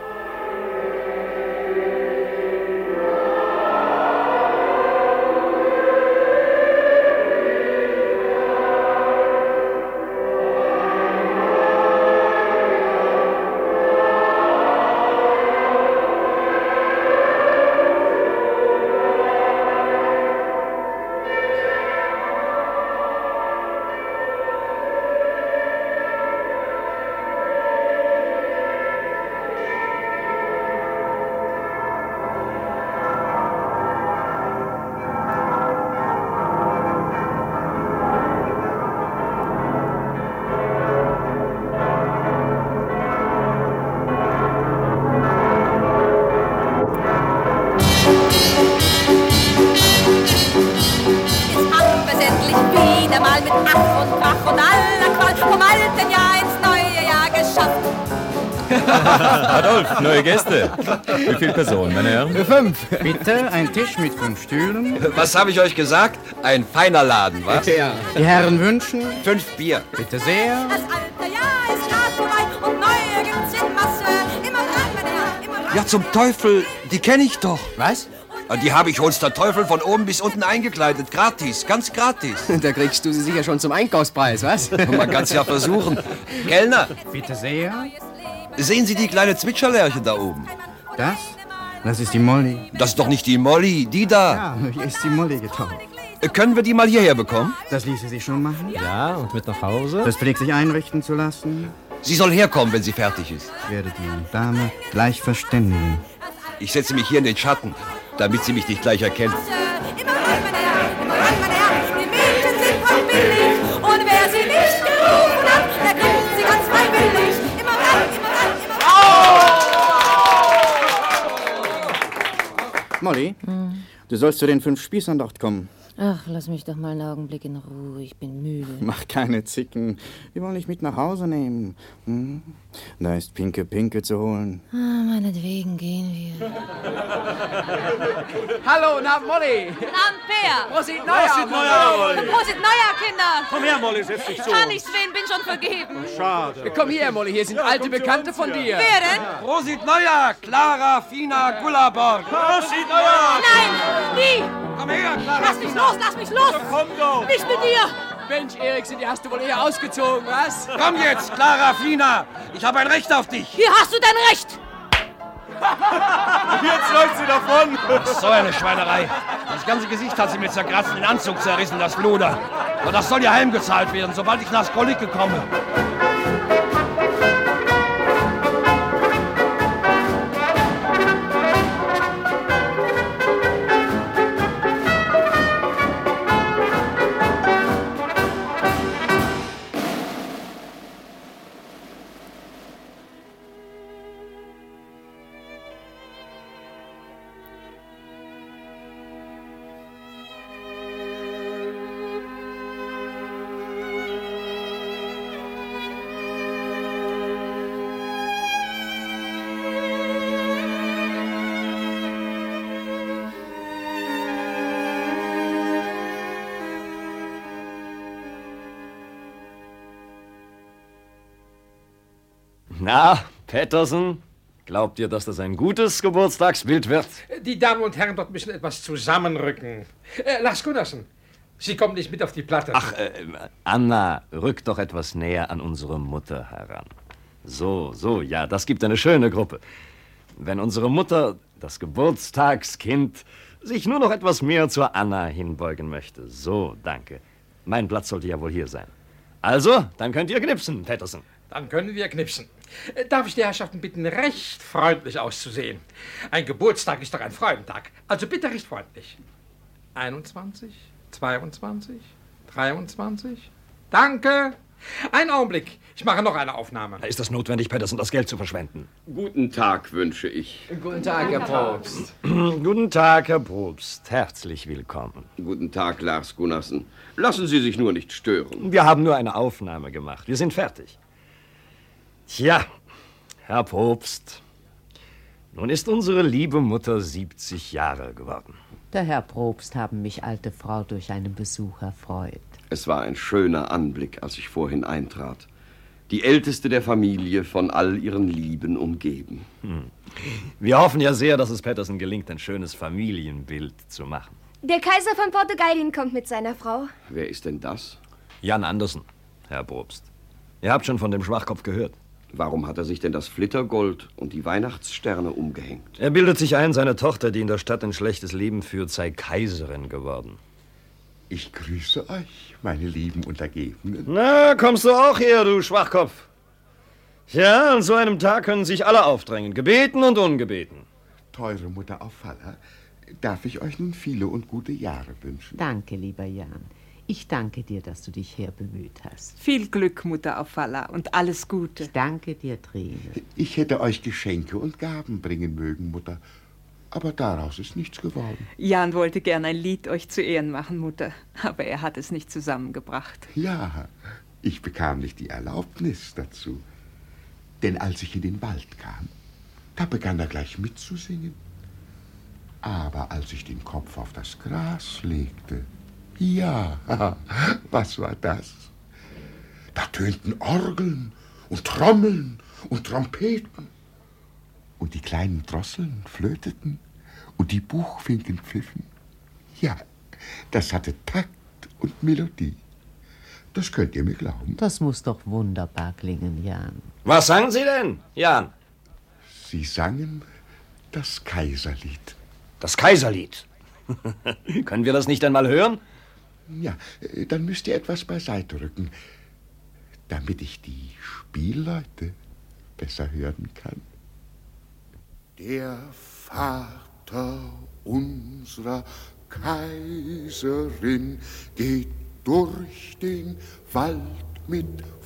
Adolf, neue Gäste. Wie viele Personen, meine Herren? 5. Bitte, ein Tisch mit 5 Stühlen. Was habe ich euch gesagt? Ein feiner Laden, was? Ja. Die Herren wünschen? 5 Bier. Bitte sehr. Das alte Jahr ist grad vorbei und neue gibt's in Masse. Immer ran, meine Herren, immer ran. Ja, zum Teufel, die kenne ich doch. Was? Die habe ich uns der Teufel von oben bis unten eingekleidet. Gratis, ganz gratis. Da kriegst du sie sicher schon zum Einkaufspreis, was? Man kann es ja versuchen. Kellner. Bitte sehr. Sehen Sie die kleine Zwitscherlerche da oben? Das? Das ist die Molly. Das ist doch nicht die Molly, die da. Ja, hier ist die Molly getauft. Können wir die mal hierher bekommen? Das ließe sich schon machen. Ja, und mit nach Hause? Das pflegt sich einrichten zu lassen. Sie soll herkommen, wenn sie fertig ist. Ich werde die Dame gleich verständigen. Ich setze mich hier in den Schatten, damit sie mich nicht gleich erkennt. Immer ran, meine Herren, immer ran, meine Herren. Die Mädchen sind voll billig. Und wer sie nicht gerufen hat, der kriegt sie ganz freiwillig. Immer ran, immer ran, immer ran. Molly, du sollst zu den 5 Spießern dort kommen. Ach, lass mich doch mal einen Augenblick in Ruhe. Ich bin müde. Mach keine Zicken. Die wollen dich mit nach Hause nehmen. Da ist Pinke zu holen. Meinetwegen gehen wir. Hallo, na Molly. Abend, Per. Prosit Neujahr. Prosit Neujahr, Kinder. Komm her, Molly, setz dich zu. Kann ich sehen, bin schon vergeben. Schade. Komm her, Molly, hier sind alte Bekannte von dir. Wer denn? Prosit Neujahr, Clara Fina Gullaborg. Prosit Neujahr. Nein, nie. Komm her, Clara. Lass mich los, lass mich los. Komm doch. Nicht mit dir. Mensch, Eriksen, die hast du wohl eher ausgezogen, was? Komm jetzt, Clara Fina. Ich habe ein Recht auf dich. Hier hast du dein Recht. Jetzt läuft sie davon. So eine Schweinerei. Das ganze Gesicht hat sie mit zerkratzten Anzug zerrissen, das Fluder. Und das soll ja heimgezahlt werden, sobald ich nach Skolicke komme. Na, Pettersen, glaubt ihr, dass das ein gutes Geburtstagsbild wird? Die Damen und Herren dort müssen etwas zusammenrücken. Lars Gunnarsson, Sie kommen nicht mit auf die Platte. Ach, Anna, rück doch etwas näher an unsere Mutter heran. So, ja, das gibt eine schöne Gruppe. Wenn unsere Mutter, das Geburtstagskind, sich nur noch etwas mehr zur Anna hinbeugen möchte. So, danke. Mein Platz sollte ja wohl hier sein. Also, dann könnt ihr knipsen, Pettersen. Dann können wir knipsen. Darf ich die Herrschaften bitten, recht freundlich auszusehen? Ein Geburtstag ist doch ein Freudentag. Also bitte recht freundlich. 21, 22, 23. Danke. Einen Augenblick. Ich mache noch eine Aufnahme. Ist das notwendig, Pettersen, das Geld zu verschwenden? Guten Tag wünsche ich. Guten Tag, Herr Probst. Guten Tag, Herr Probst. Herzlich willkommen. Guten Tag, Lars Gunnarsson. Lassen Sie sich nur nicht stören. Wir haben nur eine Aufnahme gemacht. Wir sind fertig. Tja, Herr Probst, nun ist unsere liebe Mutter 70 Jahre geworden. Der Herr Probst haben mich, alte Frau, durch einen Besuch erfreut. Es war ein schöner Anblick, als ich vorhin eintrat. Die älteste der Familie, von all ihren Lieben umgeben. Wir hoffen ja sehr, dass es Pettersen gelingt, ein schönes Familienbild zu machen. Der Kaiser von Portugalien kommt mit seiner Frau. Wer ist denn das? Jan Andersen, Herr Probst. Ihr habt schon von dem Schwachkopf gehört. Warum hat er sich denn das Flittergold und die Weihnachtssterne umgehängt? Er bildet sich ein, seine Tochter, die in der Stadt ein schlechtes Leben führt, sei Kaiserin geworden. Ich grüße euch, meine lieben Untergebenen. Na, kommst du auch her, du Schwachkopf? Ja, an so einem Tag können sich alle aufdrängen, gebeten und ungebeten. Teure Mutter auf Falla, darf ich euch nun viele und gute Jahre wünschen? Danke, lieber Jan. Ich danke dir, dass du dich herbemüht hast. Viel Glück, Mutter auf Falla, und alles Gute. Ich danke dir, Trine. Ich hätte euch Geschenke und Gaben bringen mögen, Mutter. Aber daraus ist nichts geworden. Jan wollte gern ein Lied euch zu Ehren machen, Mutter. Aber er hat es nicht zusammengebracht. Ja, ich bekam nicht die Erlaubnis dazu. Denn als ich in den Wald kam, da begann er gleich mitzusingen. Aber als ich den Kopf auf das Gras legte, ja, was war das? Da tönten Orgeln und Trommeln und Trompeten. Und die kleinen Drosseln flöteten und die Buchfinken pfiffen. Ja, das hatte Takt und Melodie. Das könnt ihr mir glauben. Das muss doch wunderbar klingen, Jan. Was sangen Sie denn, Jan? Sie sangen das Kaiserlied. Das Kaiserlied? Können wir das nicht einmal hören? Ja, dann müsst ihr etwas beiseite rücken, damit ich die Spielleute besser hören kann. Der Vater unserer Kaiserin geht durch den Wald mit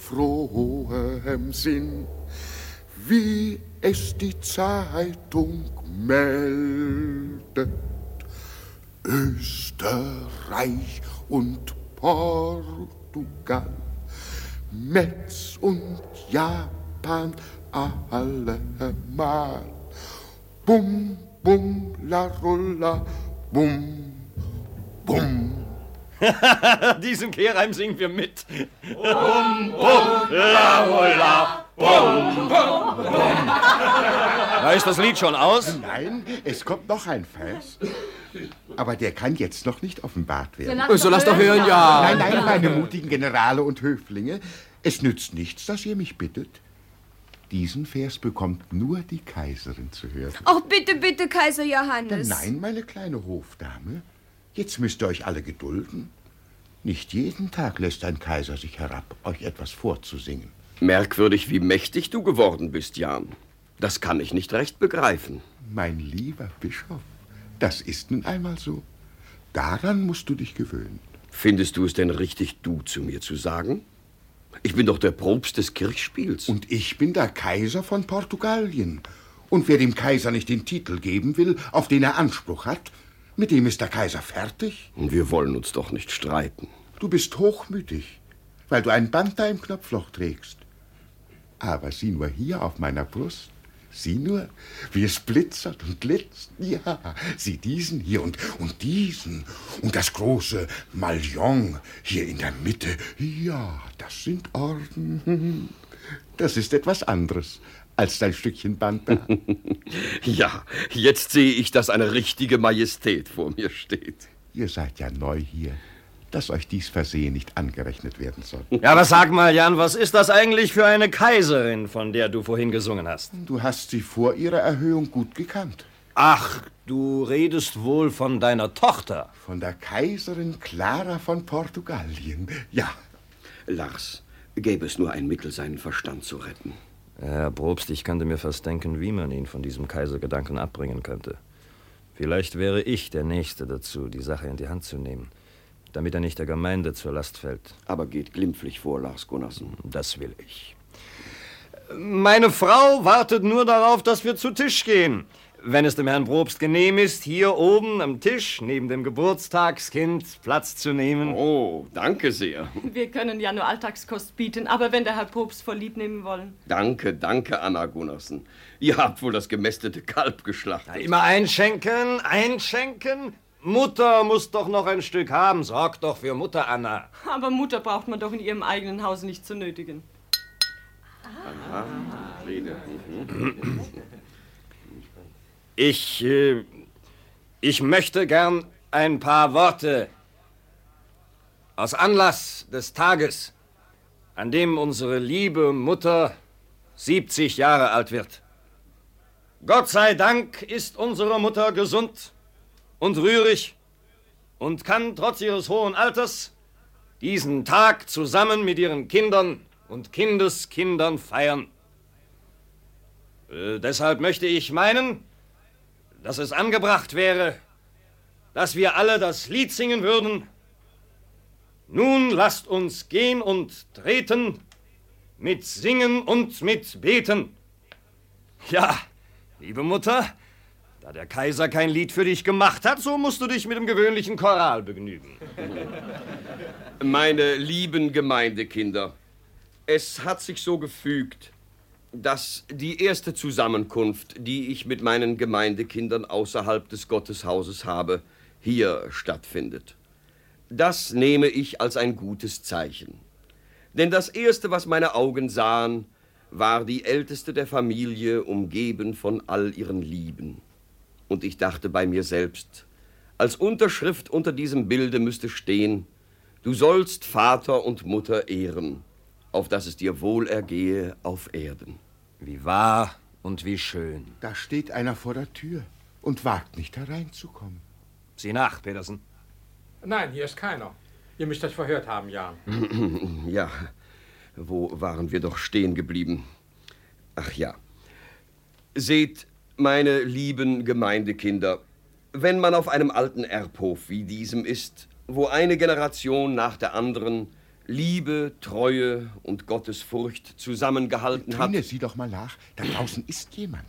frohem Sinn, wie es die Zeitung meldet. Österreich und Portugal, Metz und Japan allemal. Bum, bum, la rulla, bum, bum. Diesen Kehrreim singen wir mit. Bum, bum, la rulla, bum, bum, bum. Da ist das Lied schon aus? Nein, es kommt noch ein Vers. Aber der kann jetzt noch nicht offenbart werden. So lass doch hören, ja. Nein, nein, meine mutigen Generale und Höflinge. Es nützt nichts, dass ihr mich bittet. Diesen Vers bekommt nur die Kaiserin zu hören. Ach, bitte, bitte, Kaiser Johannes. Nein, meine kleine Hofdame. Jetzt müsst ihr euch alle gedulden. Nicht jeden Tag lässt ein Kaiser sich herab, euch etwas vorzusingen. Merkwürdig, wie mächtig du geworden bist, Jan. Das kann ich nicht recht begreifen. Mein lieber Bischof, das ist nun einmal so. Daran musst du dich gewöhnen. Findest du es denn richtig, du zu mir zu sagen? Ich bin doch der Propst des Kirchspiels. Und ich bin der Kaiser von Portugalien. Und wer dem Kaiser nicht den Titel geben will, auf den er Anspruch hat, mit dem ist der Kaiser fertig. Wir wollen uns doch nicht streiten. Du bist hochmütig, weil du ein Band da im Knopfloch trägst. Aber sieh nur hier auf meiner Brust. Sieh nur, wie es blitzert und glitzt. Ja, sieh diesen hier und diesen. Und das große Maillon hier in der Mitte. Ja, das sind Orden. Das ist etwas anderes als dein Stückchen Band da. Ja, jetzt sehe ich, dass eine richtige Majestät vor mir steht. Ihr seid ja neu hier, dass euch dies Versehen nicht angerechnet werden soll. Ja, aber sag mal, Jan, was ist das eigentlich für eine Kaiserin, von der du vorhin gesungen hast? Du hast sie vor ihrer Erhöhung gut gekannt. Ach, du redest wohl von deiner Tochter. Von der Kaiserin Clara von Portugalien, ja. Lars, gäbe es nur ein Mittel, seinen Verstand zu retten. Herr Probst, ich könnte mir fast denken, wie man ihn von diesem Kaisergedanken abbringen könnte. Vielleicht wäre ich der Nächste dazu, die Sache in die Hand zu nehmen, damit er nicht der Gemeinde zur Last fällt. Aber geht glimpflich vor, Lars Gunnarsson. Das will ich. Meine Frau wartet nur darauf, dass wir zu Tisch gehen. Wenn es dem Herrn Probst genehm ist, hier oben am Tisch, neben dem Geburtstagskind, Platz zu nehmen. Oh, danke sehr. Wir können ja nur Alltagskost bieten, aber wenn der Herr Probst vorlieb nehmen wollen. Danke, danke, Anna Gunnarsson. Ihr habt wohl das gemästete Kalb geschlachtet. Na, immer einschenken, einschenken. Mutter muss doch noch ein Stück haben. Sorg doch für Mutter, Anna. Aber Mutter braucht man doch in ihrem eigenen Haus nicht zu nötigen. Aha, Rede. Ich möchte gern ein paar Worte aus Anlass des Tages, an dem unsere liebe Mutter 70 Jahre alt wird. Gott sei Dank ist unsere Mutter gesund und rührig und kann trotz ihres hohen Alters diesen Tag zusammen mit ihren Kindern und Kindeskindern feiern. Deshalb möchte ich meinen, dass es angebracht wäre, dass wir alle das Lied singen würden. Nun lasst uns gehen und treten, mit Singen und mit Beten. Ja, liebe Mutter, da der Kaiser kein Lied für dich gemacht hat, so musst du dich mit dem gewöhnlichen Choral begnügen. Meine lieben Gemeindekinder, es hat sich so gefügt, dass die erste Zusammenkunft, die ich mit meinen Gemeindekindern außerhalb des Gotteshauses habe, hier stattfindet. Das nehme ich als ein gutes Zeichen. Denn das Erste, was meine Augen sahen, war die Älteste der Familie, umgeben von all ihren Lieben. Und ich dachte bei mir selbst, als Unterschrift unter diesem Bilde müsste stehen: Du sollst Vater und Mutter ehren, auf dass es dir wohl ergehe auf Erden. Wie wahr und wie schön. Da steht einer vor der Tür und wagt nicht hereinzukommen. Sieh nach, Petersen. Nein, hier ist keiner. Ihr müsst euch verhört haben, Jan. Ja, wo waren wir doch stehen geblieben? Ach ja. Seht, meine lieben Gemeindekinder, wenn man auf einem alten Erbhof wie diesem ist, wo eine Generation nach der anderen Liebe, Treue und Gottesfurcht zusammengehalten hat. Trine, sieh doch mal nach. Da draußen ist jemand.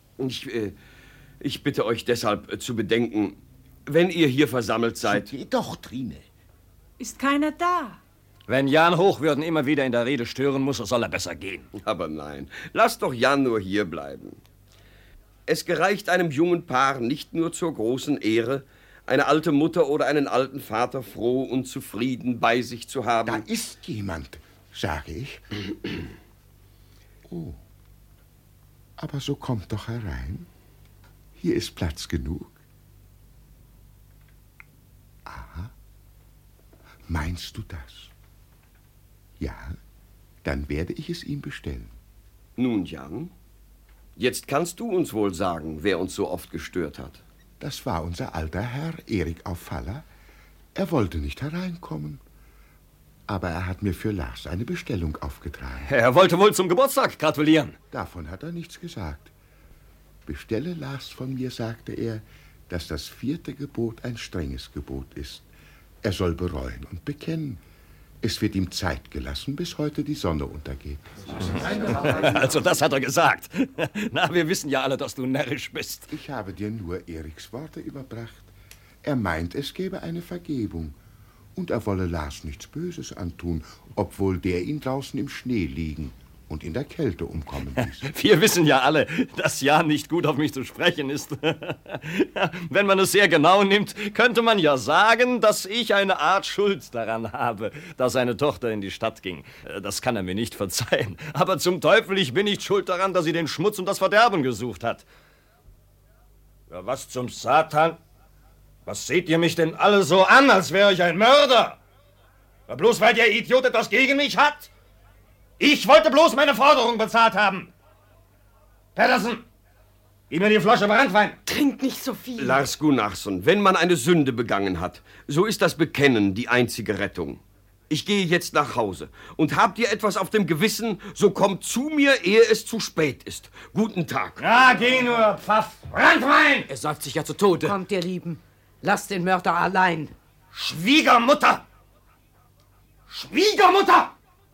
Ich bitte euch deshalb zu bedenken, wenn ihr hier versammelt seid. Geh doch, Trine. Ist keiner da? Wenn Jan Hochwürden immer wieder in der Rede stören muss, so soll er besser gehen. Aber nein, lasst doch Jan nur hier bleiben. Es gereicht einem jungen Paar nicht nur zur großen Ehre, eine alte Mutter oder einen alten Vater froh und zufrieden bei sich zu haben. Da ist jemand, sage ich. Oh, aber so kommt doch herein. Hier ist Platz genug. Aha. Meinst du das? Ja, dann werde ich es ihm bestellen. Nun, Jan, jetzt kannst du uns wohl sagen, wer uns so oft gestört hat. Das war unser alter Herr, Erik auf Faller. Er wollte nicht hereinkommen. Aber er hat mir für Lars eine Bestellung aufgetragen. Er wollte wohl zum Geburtstag gratulieren. Davon hat er nichts gesagt. Bestelle Lars von mir, sagte er, dass das 4. Gebot ein strenges Gebot ist. Er soll bereuen und bekennen. Es wird ihm Zeit gelassen, bis heute die Sonne untergeht. Also das hat er gesagt. Na, wir wissen ja alle, dass du närrisch bist. Ich habe dir nur Eriks Worte überbracht. Er meint, es gäbe eine Vergebung. Und er wolle Lars nichts Böses antun, obwohl der ihn draußen im Schnee liegen und in der Kälte umkommen ließ. Wir wissen ja alle, dass Jan nicht gut auf mich zu sprechen ist. Wenn man es sehr genau nimmt, könnte man ja sagen, dass ich eine Art Schuld daran habe, dass seine Tochter in die Stadt ging. Das kann er mir nicht verzeihen. Aber zum Teufel, ich bin nicht schuld daran, dass sie den Schmutz und das Verderben gesucht hat. Ja, was zum Satan? Was seht ihr mich denn alle so an, als wäre ich ein Mörder? Ja, bloß weil der Idiot etwas gegen mich hat? Ich wollte bloß meine Forderung bezahlt haben. Pedersen, gib mir die Flasche Branntwein. Trink nicht so viel. Lars Gunnarsson, wenn man eine Sünde begangen hat, so ist das Bekennen die einzige Rettung. Ich gehe jetzt nach Hause. Und habt ihr etwas auf dem Gewissen, so kommt zu mir, ehe es zu spät ist. Guten Tag. Ja, geh nur, Pfaff. Branntwein! Er säuft sich ja zu Tode. Kommt, ihr Lieben. Lasst den Mörder allein. Schwiegermutter! Schwiegermutter!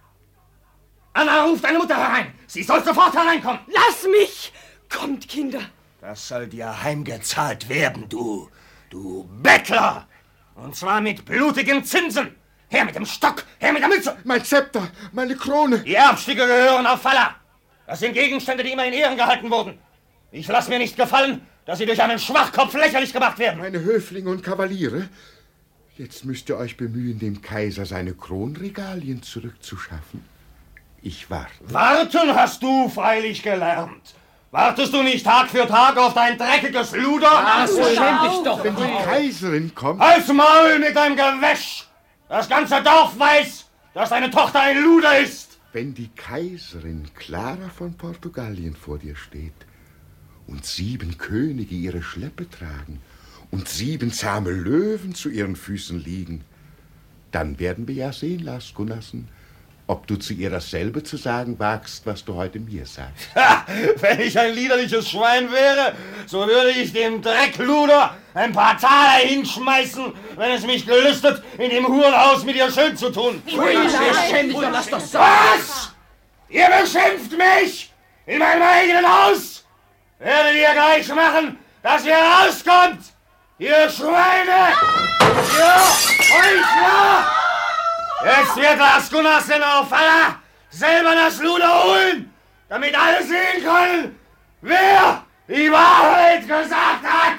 Anna ruft deine Mutter herein. Sie soll sofort hereinkommen. Lass mich! Kommt, Kinder. Das soll dir heimgezahlt werden, du Bettler! Und zwar mit blutigen Zinsen. Her mit dem Stock, her mit der Mütze. Mein Zepter, meine Krone. Die Erbstücke gehören auf Falla. Das sind Gegenstände, die immer in Ehren gehalten wurden. Ich lasse mir nicht gefallen, dass sie durch einen Schwachkopf lächerlich gemacht werden. Meine Höflinge und Kavaliere, jetzt müsst ihr euch bemühen, dem Kaiser seine Kronregalien zurückzuschaffen. Ich warte. Warten hast du freilich gelernt. Wartest du nicht Tag für Tag auf dein dreckiges Luder? Ach, so schäm dich doch. Wenn die Kaiserin kommt... Halt's Maul mit deinem Gewäsch! Das ganze Dorf weiß, dass deine Tochter ein Luder ist! Wenn die Kaiserin Clara von Portugalien vor dir steht und 7 Könige ihre Schleppe tragen und 7 zahme Löwen zu ihren Füßen liegen, dann werden wir ja sehen, Lars Gunnarsson, ob du zu ihr dasselbe zu sagen wagst, was du heute mir sagst. Ha! Wenn ich ein liederliches Schwein wäre, so würde ich dem Dreckluder ein paar Taler hinschmeißen, wenn es mich gelüstet, in dem Hurenhaus mit ihr schön zu tun. Schäm dich doch, lass doch sein. Was? Ihr beschimpft mich? In meinem eigenen Haus? Werdet ihr gleich machen, dass ihr rauskommt? Ihr Schweine! Ja, Heuchler! Jetzt wird Lars Gunnarsson auf Falla selber das Luder holen, damit alle sehen können, wer die Wahrheit gesagt hat.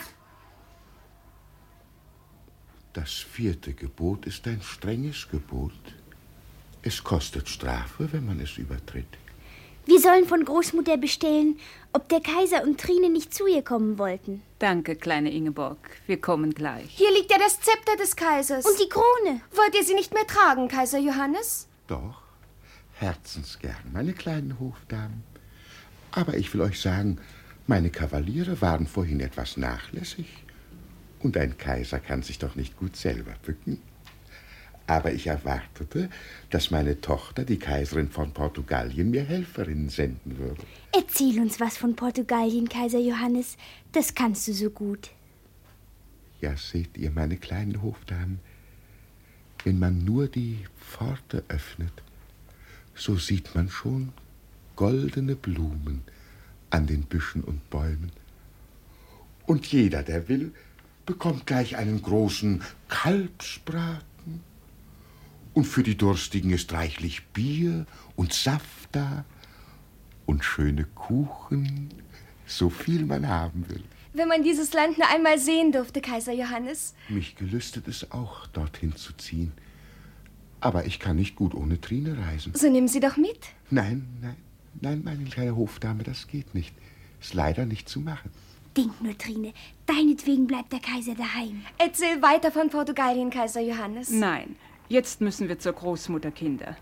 Das 4. Gebot ist ein strenges Gebot. Es kostet Strafe, wenn man es übertritt. Wir sollen von Großmutter bestellen, ob der Kaiser und Trine nicht zu ihr kommen wollten. Danke, kleine Ingeborg. Wir kommen gleich. Hier liegt ja das Zepter des Kaisers. Und die Krone. Wollt ihr sie nicht mehr tragen, Kaiser Johannes? Doch, herzensgern, meine kleinen Hofdamen. Aber ich will euch sagen, meine Kavaliere waren vorhin etwas nachlässig. Und ein Kaiser kann sich doch nicht gut selber bücken. Aber ich erwartete, dass meine Tochter, die Kaiserin von Portugalien, mir Helferinnen senden würde. Erzähl uns was von Portugalien, Kaiser Johannes. Das kannst du so gut. Ja, seht ihr, meine kleinen Hofdamen, wenn man nur die Pforte öffnet, so sieht man schon goldene Blumen an den Büschen und Bäumen. Und jeder, der will, bekommt gleich einen großen Kalbsbraten. Und für die Durstigen ist reichlich Bier und Saft da und schöne Kuchen, so viel man haben will. Wenn man dieses Land nur einmal sehen dürfte, Kaiser Johannes. Mich gelüstet es auch, dorthin zu ziehen. Aber ich kann nicht gut ohne Trine reisen. So nehmen Sie doch mit. Nein, meine kleine Hofdame, das geht nicht. Ist leider nicht zu machen. Denk nur, Trine, deinetwegen bleibt der Kaiser daheim. Erzähl weiter von Portugalien, Kaiser Johannes. Nein, jetzt müssen wir zur Großmutter, Kinder.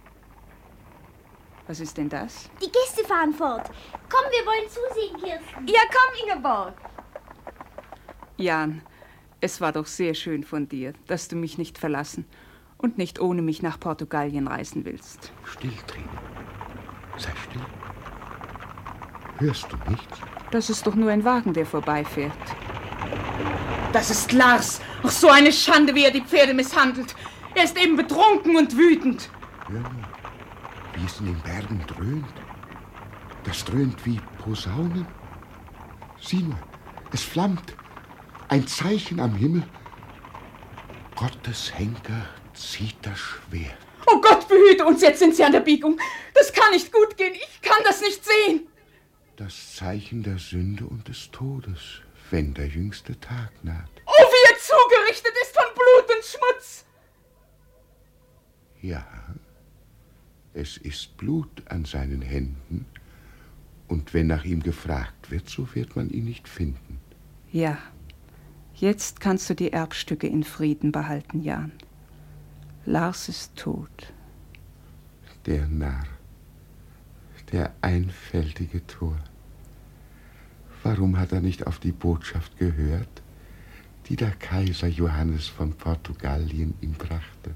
Was ist denn das? Die Gäste fahren fort. Komm, wir wollen zusehen, Kirsten. Ja, komm, Ingeborg. Jan, es war doch sehr schön von dir, dass du mich nicht verlassen und nicht ohne mich nach Portugalien reisen willst. Still, Trine. Sei still. Hörst du nichts? Das ist doch nur ein Wagen, der vorbeifährt. Das ist Lars. Ach, so eine Schande, wie er die Pferde misshandelt. Er ist eben betrunken und wütend. Hör nur, wie es in den Bergen dröhnt. Das dröhnt wie Posaunen. Sieh nur, es flammt. Ein Zeichen am Himmel. Gottes Henker zieht das Schwert. Oh Gott, behüte uns, jetzt sind sie an der Biegung. Das kann nicht gut gehen, ich kann das nicht sehen. Das Zeichen der Sünde und des Todes, wenn der jüngste Tag naht. Oh, wie er zugerichtet ist von Blut und Schmutz. Ja, es ist Blut an seinen Händen, und wenn nach ihm gefragt wird, so wird man ihn nicht finden. Ja, jetzt kannst du die Erbstücke in Frieden behalten, Jan. Lars ist tot. Der Narr, der einfältige Tor. Warum hat er nicht auf die Botschaft gehört, die der Kaiser Johannes von Portugalien ihm brachte?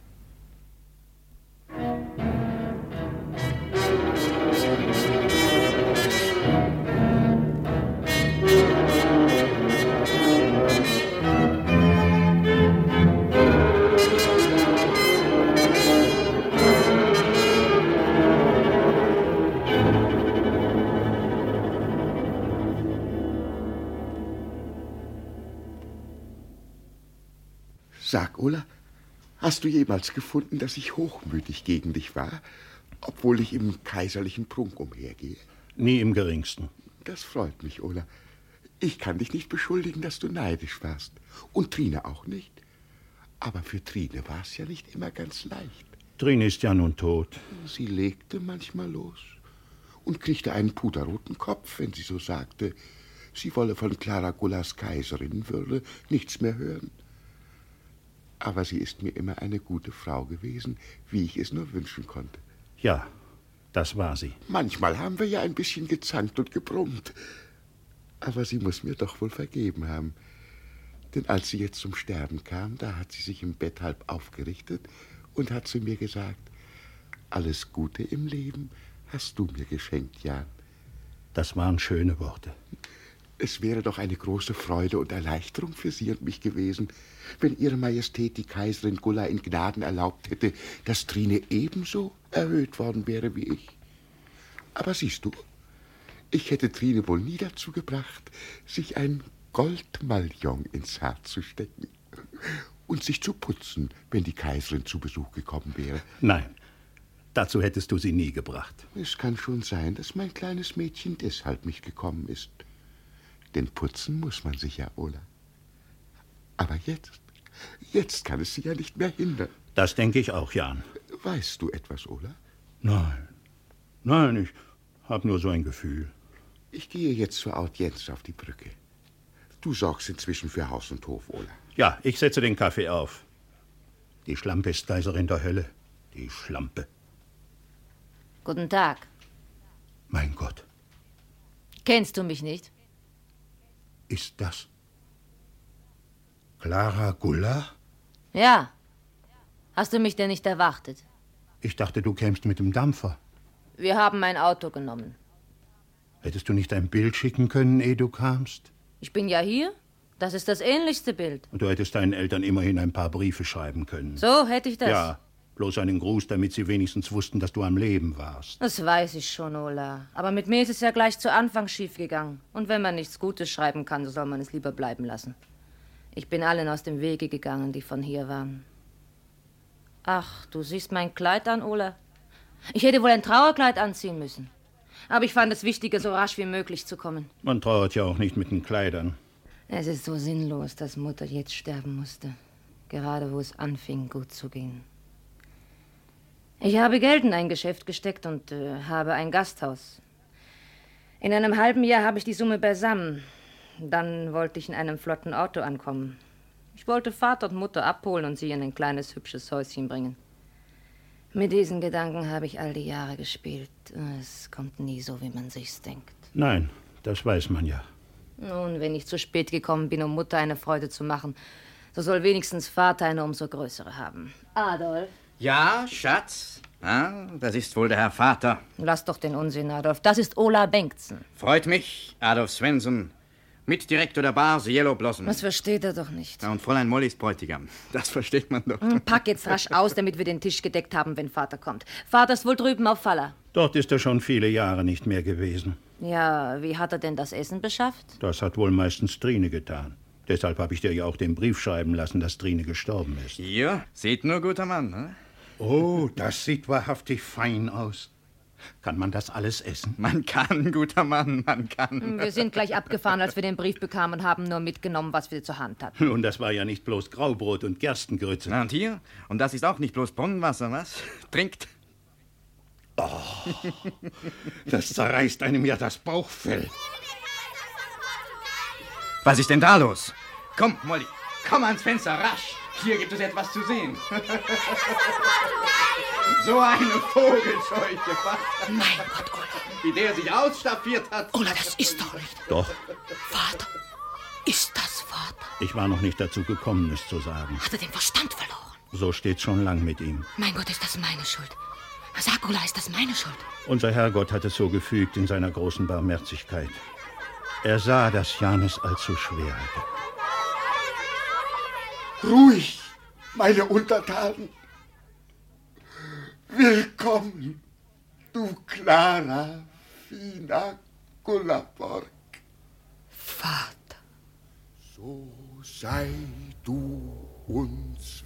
Sag, Ola, hast du jemals gefunden, dass ich hochmütig gegen dich war, obwohl ich im kaiserlichen Prunk umhergehe? Nie im Geringsten. Das freut mich, Ola. Ich kann dich nicht beschuldigen, dass du neidisch warst. Und Trine auch nicht. Aber für Trine war es ja nicht immer ganz leicht. Trine ist ja nun tot. Sie legte manchmal los und kriegte einen puderroten Kopf, wenn sie so sagte, sie wolle von Clara Gullas Kaiserinnenwürde nichts mehr hören. Aber sie ist mir immer eine gute Frau gewesen, wie ich es nur wünschen konnte. Ja, das war sie. Manchmal haben wir ja ein bisschen gezankt und gebrummt. Aber sie muss mir doch wohl vergeben haben. Denn als sie jetzt zum Sterben kam, da hat sie sich im Bett halb aufgerichtet und hat zu mir gesagt, alles Gute im Leben hast du mir geschenkt, Jan. Das waren schöne Worte. Es wäre doch eine große Freude und Erleichterung für Sie und mich gewesen, wenn Ihre Majestät die Kaiserin Gulla in Gnaden erlaubt hätte, dass Trine ebenso erhöht worden wäre wie ich. Aber siehst du, ich hätte Trine wohl nie dazu gebracht, sich ein Goldmedaillon ins Herz zu stecken und sich zu putzen, wenn die Kaiserin zu Besuch gekommen wäre. Nein, dazu hättest du sie nie gebracht. Es kann schon sein, dass mein kleines Mädchen deshalb nicht gekommen ist. Denn putzen muss man sich ja, Ola. Aber jetzt kann es sie ja nicht mehr hindern. Das denke ich auch, Jan. Weißt du etwas, Ola? Nein, ich habe nur so ein Gefühl. Ich gehe jetzt zur Audienz auf die Brücke. Du sorgst inzwischen für Haus und Hof, Ola. Ja, ich setze den Kaffee auf. Die Schlampe ist Kaiserin der Hölle. Die Schlampe. Guten Tag. Mein Gott. Kennst du mich nicht? Ist das Clara Gulla? Ja. Hast du mich denn nicht erwartet? Ich dachte, du kämst mit dem Dampfer. Wir haben mein Auto genommen. Hättest du nicht ein Bild schicken können, ehe du kamst? Ich bin ja hier. Das ist das ähnlichste Bild. Und du hättest deinen Eltern immerhin ein paar Briefe schreiben können. So hätte ich das? Ja, bloß einen Gruß, damit sie wenigstens wussten, dass du am Leben warst. Das weiß ich schon, Ola. Aber mit mir ist es ja gleich zu Anfang schiefgegangen. Und wenn man nichts Gutes schreiben kann, so soll man es lieber bleiben lassen. Ich bin allen aus dem Wege gegangen, die von hier waren. Ach, du siehst mein Kleid an, Ola. Ich hätte wohl ein Trauerkleid anziehen müssen. Aber ich fand es wichtiger, so rasch wie möglich zu kommen. Man trauert ja auch nicht mit den Kleidern. Es ist so sinnlos, dass Mutter jetzt sterben musste. Gerade wo es anfing, gut zu gehen. Ich habe Geld in ein Geschäft gesteckt und habe ein Gasthaus. In einem halben Jahr habe ich die Summe beisammen. Dann wollte ich in einem flotten Auto ankommen. Ich wollte Vater und Mutter abholen und sie in ein kleines, hübsches Häuschen bringen. Mit diesen Gedanken habe ich all die Jahre gespielt. Es kommt nie so, wie man sich's denkt. Nein, das weiß man ja. Nun, wenn ich zu spät gekommen bin, um Mutter eine Freude zu machen, so soll wenigstens Vater eine umso größere haben. Adolf? Ja, Schatz? Ah, das ist wohl der Herr Vater. Lass doch den Unsinn, Adolf. Das ist Ola Bengtsen. Freut mich, Adolf Svensson. Mitdirektor der Bar The Yellow Blossom. Das versteht er doch nicht. Ja, und Fräulein Mollys Bräutigam. Das versteht man doch. Pack jetzt rasch aus, damit wir den Tisch gedeckt haben, wenn Vater kommt. Vater ist wohl drüben auf Falla. Dort ist er schon viele Jahre nicht mehr gewesen. Ja, wie hat er denn das Essen beschafft? Das hat wohl meistens Trine getan. Deshalb habe ich dir ja auch den Brief schreiben lassen, dass Trine gestorben ist. Ja, seht nur, guter Mann. Ne? Oh, das sieht wahrhaftig fein aus. Kann man das alles essen? Man kann, guter Mann, man kann. Wir sind gleich abgefahren, als wir den Brief bekamen und haben nur mitgenommen, was wir zur Hand hatten. Und das war ja nicht bloß Graubrot und Gerstengrütze. Na, und hier? Und das ist auch nicht bloß Brunnenwasser, was? Trinkt. Oh, das zerreißt einem ja das Bauchfell. Was ist denn da los? Komm, Molly, komm ans Fenster, rasch. Hier gibt es etwas zu sehen. So eine Vogelscheuche. Mein Gott, Ola. Wie der sich ausstaffiert hat. Ola, das ist doch nicht. Doch. Vater. Ist das Vater? Ich war noch nicht dazu gekommen, es zu sagen. Hat er den Verstand verloren? So steht's schon lang mit ihm. Mein Gott, ist das meine Schuld. Sag, Ola, ist das meine Schuld? Unser Herrgott hat es so gefügt in seiner großen Barmherzigkeit. Er sah, dass Janus allzu schwer hatte. Ruhig, meine Untertanen. Willkommen, du Clara Fina Gullaborg. Vater. So sei du uns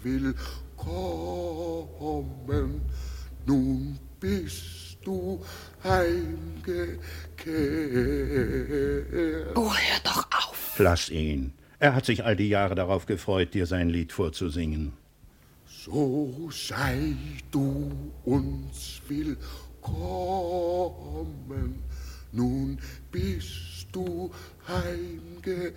willkommen, nun bist du heimgekehrt. Oh, hör doch auf. Lass ihn. Er hat sich all die Jahre darauf gefreut, dir sein Lied vorzusingen. So sei du uns willkommen, nun bist du heimgekehrt.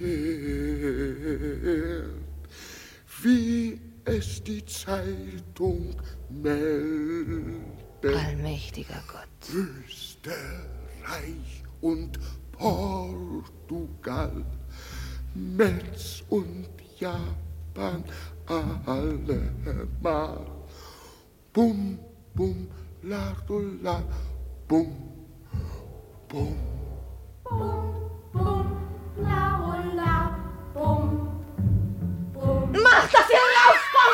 Wie es die Zeitung meldet. Allmächtiger Gott. Österreich und Portugal, Metz und Japan allemal. Bum, bum, la, la, bum, bum. Mach, dass ihr rauskommt!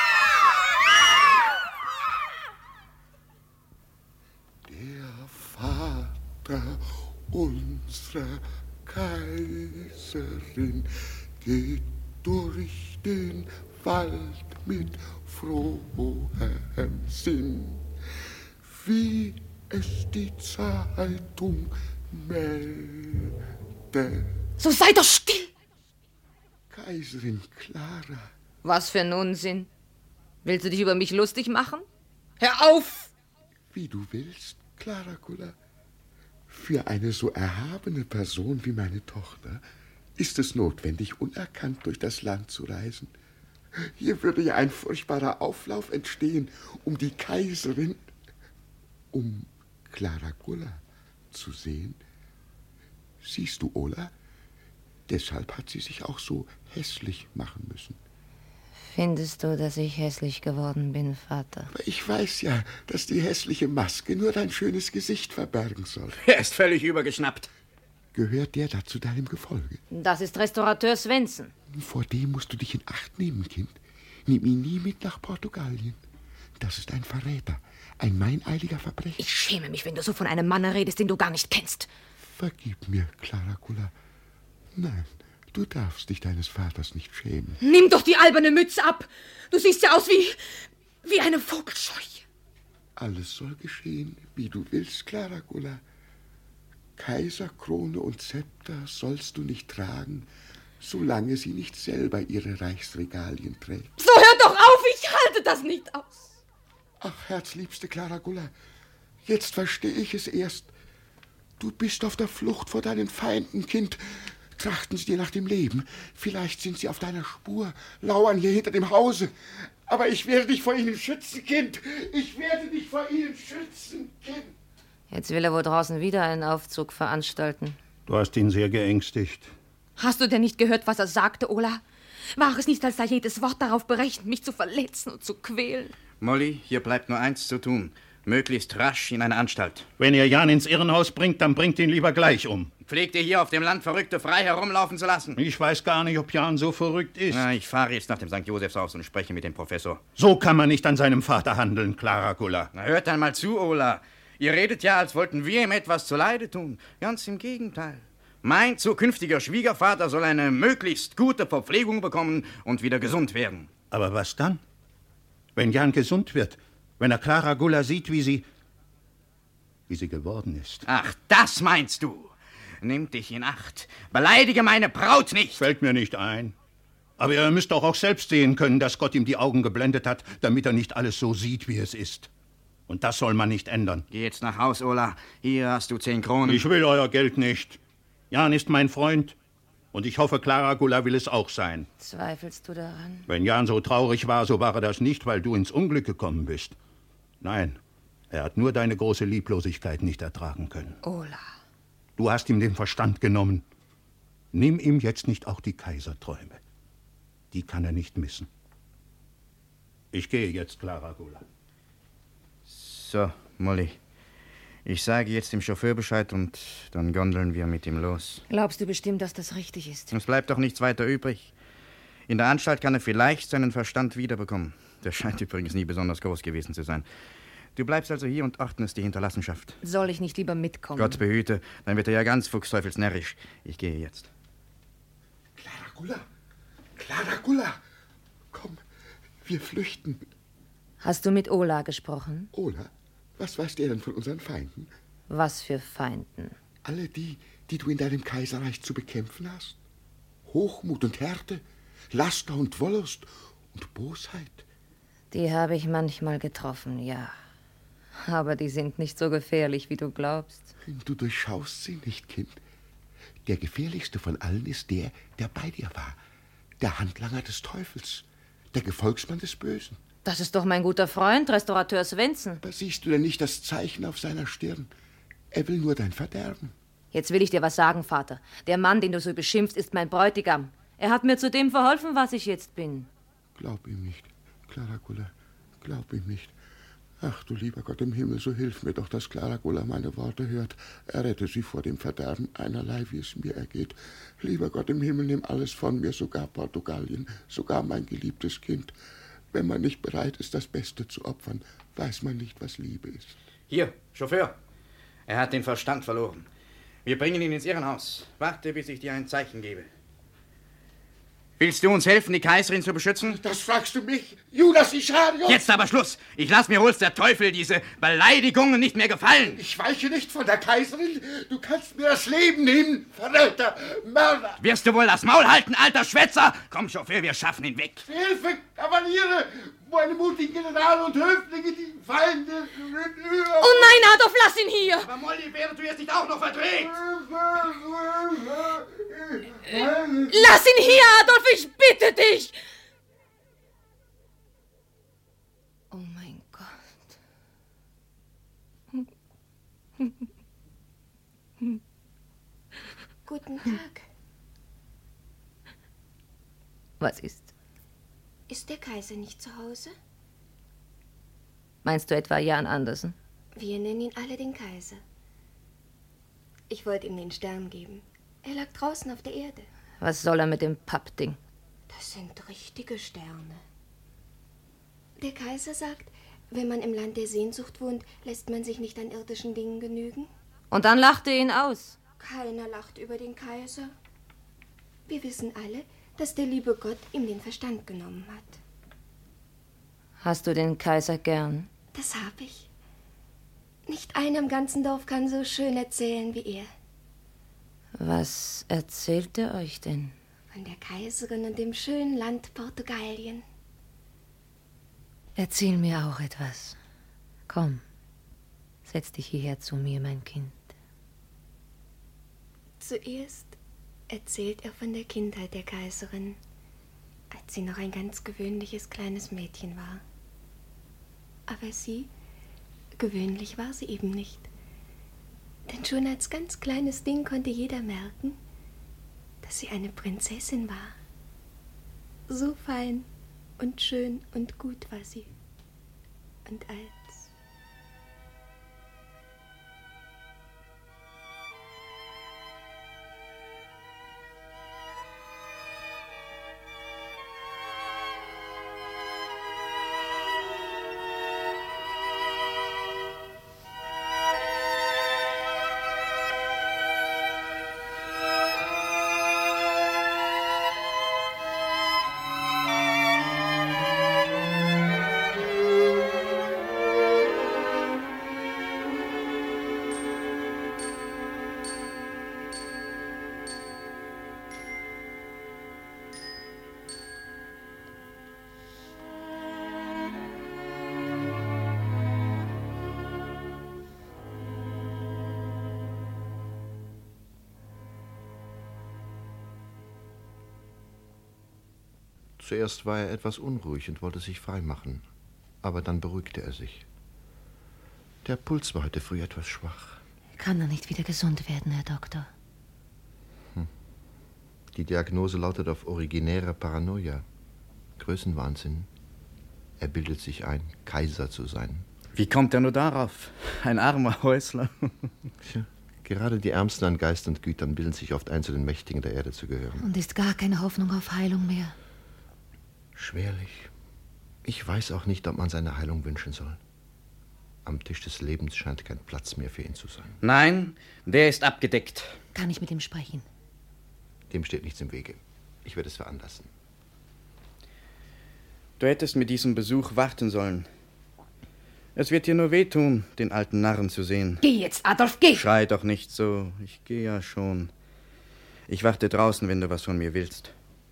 Der Vater unserer Kaiserin geht durch den Wald mit frohem Sinn, wie es die Zeitung meldet. So sei doch still! Kaiserin Clara. Was für ein Unsinn. Willst du dich über mich lustig machen? Hör auf! Wie du willst, Clara Gulla. Für eine so erhabene Person wie meine Tochter ist es notwendig, unerkannt durch das Land zu reisen. Hier würde ja ein furchtbarer Auflauf entstehen, um die Kaiserin, um Clara Gulla zu sehen. Siehst du, Ola? Deshalb hat sie sich auch so hässlich machen müssen. Findest du, dass ich hässlich geworden bin, Vater? Aber ich weiß ja, dass die hässliche Maske nur dein schönes Gesicht verbergen soll. Er ist völlig übergeschnappt. Gehört der da zu deinem Gefolge? Das ist Restaurateur Svensson. Vor dem musst du dich in Acht nehmen, Kind. Nimm ihn nie mit nach Portugalien. Das ist ein Verräter, ein meineiliger Verbrecher. Ich schäme mich, wenn du so von einem Mann redest, den du gar nicht kennst. Vergib mir, Clara Gulla. Nein, du darfst dich deines Vaters nicht schämen. Nimm doch die alberne Mütze ab. Du siehst ja aus wie eine Vogelscheuche. Alles soll geschehen, wie du willst, Clara Gulla. Kaiserkrone und Zepter sollst du nicht tragen, solange sie nicht selber ihre Reichsregalien trägt. So, hör doch auf, ich halte das nicht aus. Ach, herzliebste Clara Gulla, jetzt verstehe ich es erst. Du bist auf der Flucht vor deinen Feinden, Kind. Trachten sie dir nach dem Leben. Vielleicht sind sie auf deiner Spur, lauern hier hinter dem Hause. Aber ich werde dich vor ihnen schützen, Kind. Ich werde dich vor ihnen schützen, Kind. Jetzt will er wohl draußen wieder einen Aufzug veranstalten. Du hast ihn sehr geängstigt. Hast du denn nicht gehört, was er sagte, Ola? War es nicht, als sei jedes Wort darauf berechnet, mich zu verletzen und zu quälen? Molly, hier bleibt nur eins zu tun. Möglichst rasch in eine Anstalt. Wenn ihr Jan ins Irrenhaus bringt, dann bringt ihn lieber gleich um. Pflegt ihr hier auf dem Land Verrückte frei herumlaufen zu lassen? Ich weiß gar nicht, ob Jan so verrückt ist. Na, ich fahre jetzt nach dem St. Josefshaus und spreche mit dem Professor. So kann man nicht an seinem Vater handeln, Clara Gulla. Na, hört einmal zu, Ola. Ihr redet ja, als wollten wir ihm etwas zuleide tun. Ganz im Gegenteil. Mein zukünftiger Schwiegervater soll eine möglichst gute Verpflegung bekommen und wieder gesund werden. Aber was dann? Wenn Jan gesund wird, wenn er Clara Gula sieht, wie sie geworden ist. Ach, das meinst du? Nimm dich in Acht. Beleidige meine Braut nicht. Fällt mir nicht ein. Aber er müsste auch selbst sehen können, dass Gott ihm die Augen geblendet hat, damit er nicht alles so sieht, wie es ist. Und das soll man nicht ändern. Geh jetzt nach Haus, Ola. Hier hast du 10 Kronen. Ich will euer Geld nicht. Jan ist mein Freund. Und ich hoffe, Clara Gula will es auch sein. Zweifelst du daran? Wenn Jan so traurig war, so war er das nicht, weil du ins Unglück gekommen bist. Nein, er hat nur deine große Lieblosigkeit nicht ertragen können. Ola. Du hast ihm den Verstand genommen. Nimm ihm jetzt nicht auch die Kaiserträume. Die kann er nicht missen. Ich gehe jetzt, Clara Gula. So, Molly. Ich sage jetzt dem Chauffeur Bescheid und dann gondeln wir mit ihm los. Glaubst du bestimmt, dass das richtig ist? Es bleibt doch nichts weiter übrig. In der Anstalt kann er vielleicht seinen Verstand wiederbekommen. Der scheint übrigens nie besonders groß gewesen zu sein. Du bleibst also hier und ordnest die Hinterlassenschaft. Soll ich nicht lieber mitkommen? Gott behüte, dann wird er ja ganz fuchsteufelsnärrisch. Ich gehe jetzt. Clara Gula! Clara Gula! Komm, wir flüchten. Hast du mit Ola gesprochen? Ola? Was weiß der denn von unseren Feinden? Was für Feinden? Alle die, die du in deinem Kaiserreich zu bekämpfen hast. Hochmut und Härte, Laster und Wollust und Bosheit. Die habe ich manchmal getroffen, ja. Aber die sind nicht so gefährlich, wie du glaubst. Du durchschaust sie nicht, Kind. Der gefährlichste von allen ist der, der bei dir war. Der Handlanger des Teufels. Der Gefolgsmann des Bösen. Das ist doch mein guter Freund, Restaurateur Svensson. Aber siehst du denn nicht das Zeichen auf seiner Stirn? Er will nur dein Verderben. Jetzt will ich dir was sagen, Vater. Der Mann, den du so beschimpfst, ist mein Bräutigam. Er hat mir zu dem verholfen, was ich jetzt bin. Glaub ihm nicht, Clara Gula. Glaub ihm nicht. Ach, du lieber Gott im Himmel, so hilf mir doch, dass Clara Gula meine Worte hört. Errette sie vor dem Verderben, einerlei, wie es mir ergeht. Lieber Gott im Himmel, nimm alles von mir, sogar Portugalien, sogar mein geliebtes Kind. Wenn man nicht bereit ist, das Beste zu opfern, weiß man nicht, was Liebe ist. Hier, Chauffeur. Er hat den Verstand verloren. Wir bringen ihn ins Irrenhaus. Warte, bis ich dir ein Zeichen gebe. Willst du uns helfen, die Kaiserin zu beschützen? Das fragst du mich, Judas Ischariot! Jetzt aber Schluss! Ich lass mir hol's der Teufel diese Beleidigungen nicht mehr gefallen! Ich weiche nicht von der Kaiserin! Du kannst mir das Leben nehmen, Verräter, Mörder! Wirst du wohl das Maul halten, alter Schwätzer? Komm, Chauffeur, wir schaffen ihn weg! Hilfe, Kavaliere! Meine mutigen Generale und Höflinge, die Feinde... Oh nein, Adolf, lass ihn hier! Aber Molly, während du jetzt nicht auch noch verdreht! Lass ihn hier, Adolf, ich bitte dich! Oh mein Gott. Guten Tag. Was ist? Ist der Kaiser nicht zu Hause? Meinst du etwa Jan Andersen? Wir nennen ihn alle den Kaiser. Ich wollte ihm den Stern geben. Er lag draußen auf der Erde. Was soll er mit dem Pappding? Das sind richtige Sterne. Der Kaiser sagt, wenn man im Land der Sehnsucht wohnt, lässt man sich nicht an irdischen Dingen genügen. Und dann lachte er ihn aus. Keiner lacht über den Kaiser. Wir wissen alle, dass der liebe Gott ihm den Verstand genommen hat. Hast du den Kaiser gern? Das habe ich. Nicht einer im ganzen Dorf kann so schön erzählen wie er. Was erzählt er euch denn? Von der Kaiserin und dem schönen Land Portugalien. Erzähl mir auch etwas. Komm, setz dich hierher zu mir, mein Kind. Zuerst erzählt er von der Kindheit der Kaiserin, als sie noch ein ganz gewöhnliches kleines Mädchen war. Aber gewöhnlich war sie eben nicht. Denn schon als ganz kleines Ding konnte jeder merken, dass sie eine Prinzessin war. So fein und schön und gut war sie. Und als Zuerst war er etwas unruhig und wollte sich freimachen, aber dann beruhigte er sich. Der Puls war heute früh etwas schwach. Kann er nicht wieder gesund werden, Herr Doktor? Die Diagnose lautet auf originäre Paranoia, Größenwahnsinn. Er bildet sich ein, Kaiser zu sein. Wie kommt er nur darauf? Ein armer Häusler. Tja, gerade die Ärmsten an Geist und Gütern bilden sich oft ein, zu den Mächtigen der Erde zu gehören. Und ist gar keine Hoffnung auf Heilung mehr? Schwerlich. Ich weiß auch nicht, ob man seine Heilung wünschen soll. Am Tisch des Lebens scheint kein Platz mehr für ihn zu sein. Nein, der ist abgedeckt. Kann ich mit ihm sprechen? Dem steht nichts im Wege. Ich werde es veranlassen. Du hättest mit diesem Besuch warten sollen. Es wird dir nur wehtun, den alten Narren zu sehen. Geh jetzt, Adolf, geh! Schrei doch nicht so. Ich gehe ja schon. Ich warte draußen, wenn du was von mir willst.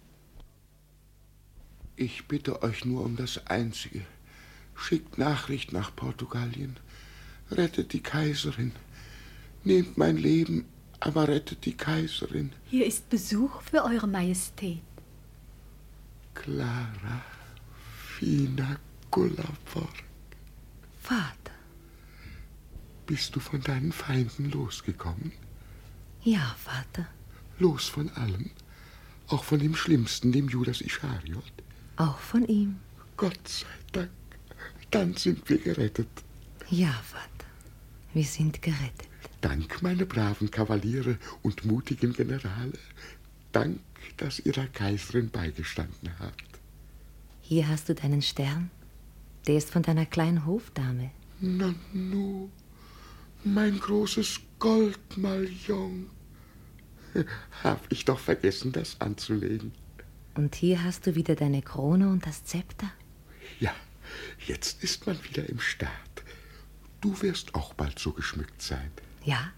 Ich bitte euch nur um das Einzige. Schickt Nachricht nach Portugalien. Rettet die Kaiserin. Nehmt mein Leben, aber rettet die Kaiserin. Hier ist Besuch für Eure Majestät. Clara Fina Gullaborg. Vater. Bist du von deinen Feinden losgekommen? Ja, Vater. Los von allem? Auch von dem Schlimmsten, dem Judas Ischariot? Auch von ihm. Gott sei Dank. Dann sind wir gerettet. Ja, Vater. Wir sind gerettet. Dank, meine braven Kavaliere und mutigen Generale. Dank, dass ihr der Kaiserin beigestanden habt. Hier hast du deinen Stern. Der ist von deiner kleinen Hofdame. Nanu, mein großes Goldmedaillon. Hab ich doch vergessen, das anzulegen. Und hier hast du wieder deine Krone und das Zepter. Ja, jetzt ist man wieder im Staat. Du wirst auch bald so geschmückt sein. Ja?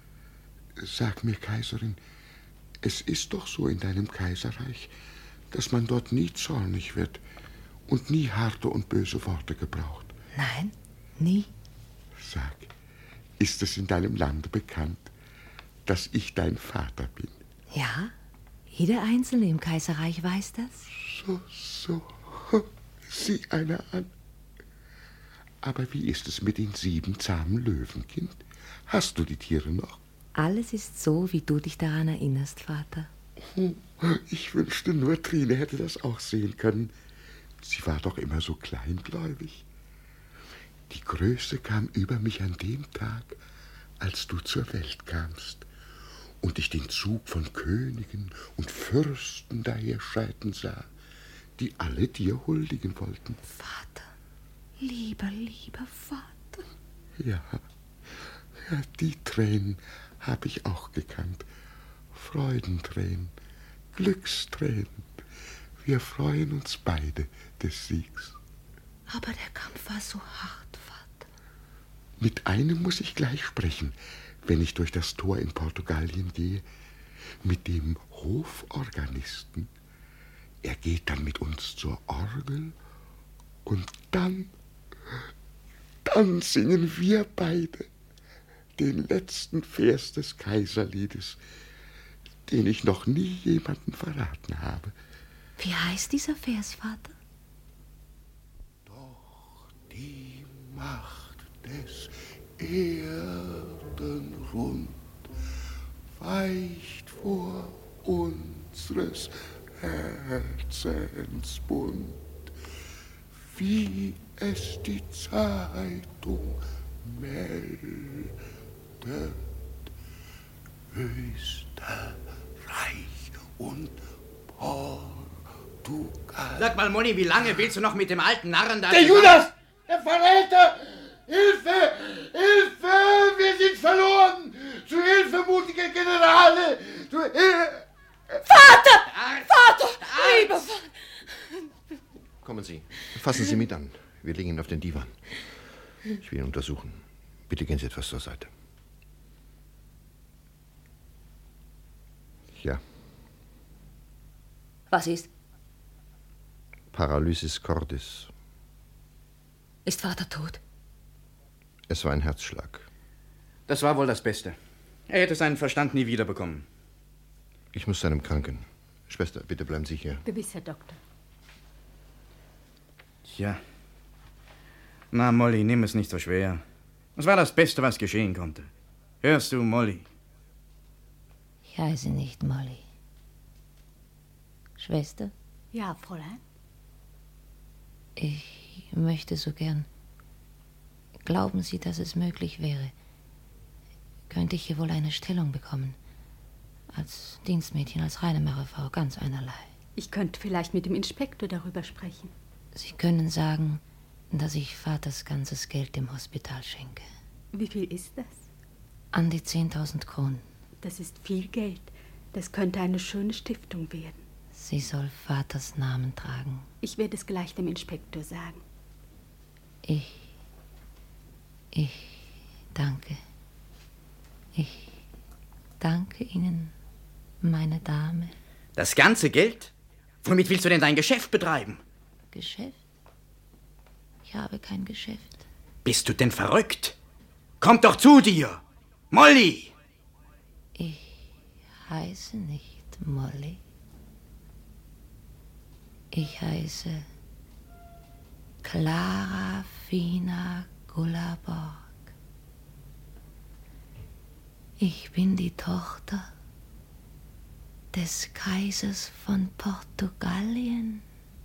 Sag mir, Kaiserin, es ist doch so in deinem Kaiserreich, dass man dort nie zornig wird und nie harte und böse Worte gebraucht. Nein, nie. Sag, ist es in deinem Lande bekannt, dass ich dein Vater bin? Ja, jeder Einzelne im Kaiserreich weiß das. So, sieh einer an. Aber wie ist es mit den 7 zahmen Löwen, Kind? Hast du die Tiere noch? Alles ist so, wie du dich daran erinnerst, Vater. Ich wünschte nur, Trine hätte das auch sehen können. Sie war doch immer so kleingläubig. Die Größe kam über mich an dem Tag, als du zur Welt kamst und ich den Zug von Königen und Fürsten daherschreiten sah, die alle dir huldigen wollten. Vater, lieber Vater. Ja, die Tränen habe ich auch gekannt. Freudentränen, Glückstränen. Wir freuen uns beide des Siegs. Aber der Kampf war so hart, Vater. Mit einem muss ich gleich sprechen, wenn ich durch das Tor in Portugalien gehe. Mit dem Hoforganisten. Er geht dann mit uns zur Orgel und dann singen wir beide den letzten Vers des Kaiserliedes, den ich noch nie jemandem verraten habe. Wie heißt dieser Vers, Vater? Doch die Macht des Erdenrund weicht vor unseres Herzens Bund, wie es die Zeitung meldet. Österreich und Portugal. Sag mal, Moni, wie lange willst du noch mit dem alten Narren da... Der Judas! Der Verräter! Hilfe! Hilfe! Wir sind verloren! Zu Hilfe, mutige Generale! Vater! Vater! Lieber Vater! Kommen Sie, fassen Sie mit an. Wir legen ihn auf den Divan. Ich will ihn untersuchen. Bitte gehen Sie etwas zur Seite. Ja. Was ist? Paralysis cordis. Ist Vater tot? Es war ein Herzschlag. Das war wohl das Beste. Er hätte seinen Verstand nie wiederbekommen. Ich muss zu einem Kranken. Schwester, bitte bleiben Sie hier. Gewiss, Herr Doktor. Ja. Na, Molly, nimm es nicht so schwer. Es war das Beste, was geschehen konnte. Hörst du, Molly? Ich heiße nicht Molly. Schwester? Ja, Fräulein. Ich möchte so gern. Glauben Sie, dass es möglich wäre? Könnte ich hier wohl eine Stellung bekommen? Als Dienstmädchen, als Reinemacherfrau, ganz einerlei. Ich könnte vielleicht mit dem Inspektor darüber sprechen. Sie können sagen, dass ich Vaters ganzes Geld dem Hospital schenke. Wie viel ist das? An die 10.000 Kronen. Das ist viel Geld. Das könnte eine schöne Stiftung werden. Sie soll Vaters Namen tragen. Ich werde es gleich dem Inspektor sagen. Ich danke. Ich danke Ihnen, meine Dame. Das ganze Geld? Womit willst du denn dein Geschäft betreiben? Geschäft? Ich habe kein Geschäft. Bist du denn verrückt? Komm doch zu dir! Molly! Ich heiße nicht Molly. Ich heiße Clara Fina Gullaborg. Ich bin die Tochter des Kaisers von Portugalien.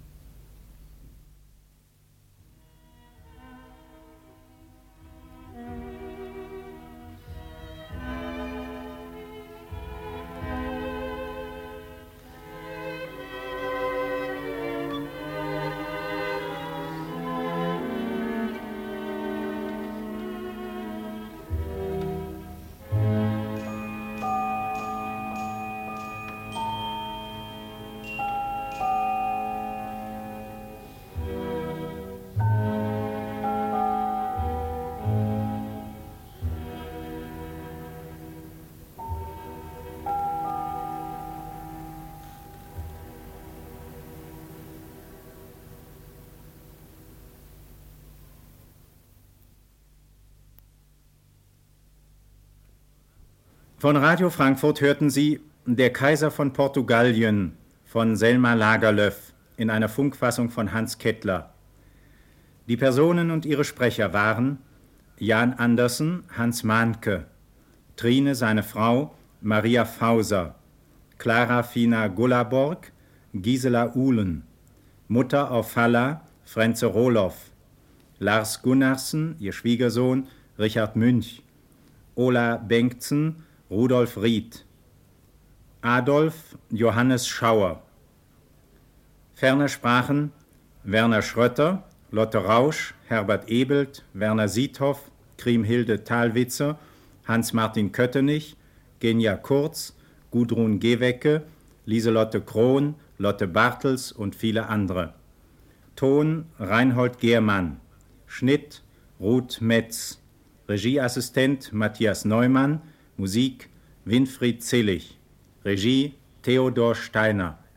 Von Radio Frankfurt hörten Sie Der Kaiser von Portugalien von Selma Lagerlöf in einer Funkfassung von Hans Kettler. Die Personen und ihre Sprecher waren Jan Andersen, Hans Mahnke, Trine, seine Frau, Maria Fauser, Clara Fina Gullaborg, Gisela Uhlen, Mutter auf Falla, Frenze Rohloff, Lars Gunnarsen, ihr Schwiegersohn, Richard Münch, Ola Bengtsen, Rudolf Ried, Adolf Johannes Schauer. Ferner sprachen Werner Schrötter, Lotte Rausch, Herbert Ebelt, Werner Siethoff, Kriemhilde Thalwitzer, Hans-Martin Köttenich, Genia Kurz, Gudrun Gewecke, Lieselotte Krohn, Lotte Bartels und viele andere. Ton Reinhold Gehrmann. Schnitt Ruth Metz. Regieassistent Matthias Neumann. Musik Winfried Zillig. Regie Theodor Steiner.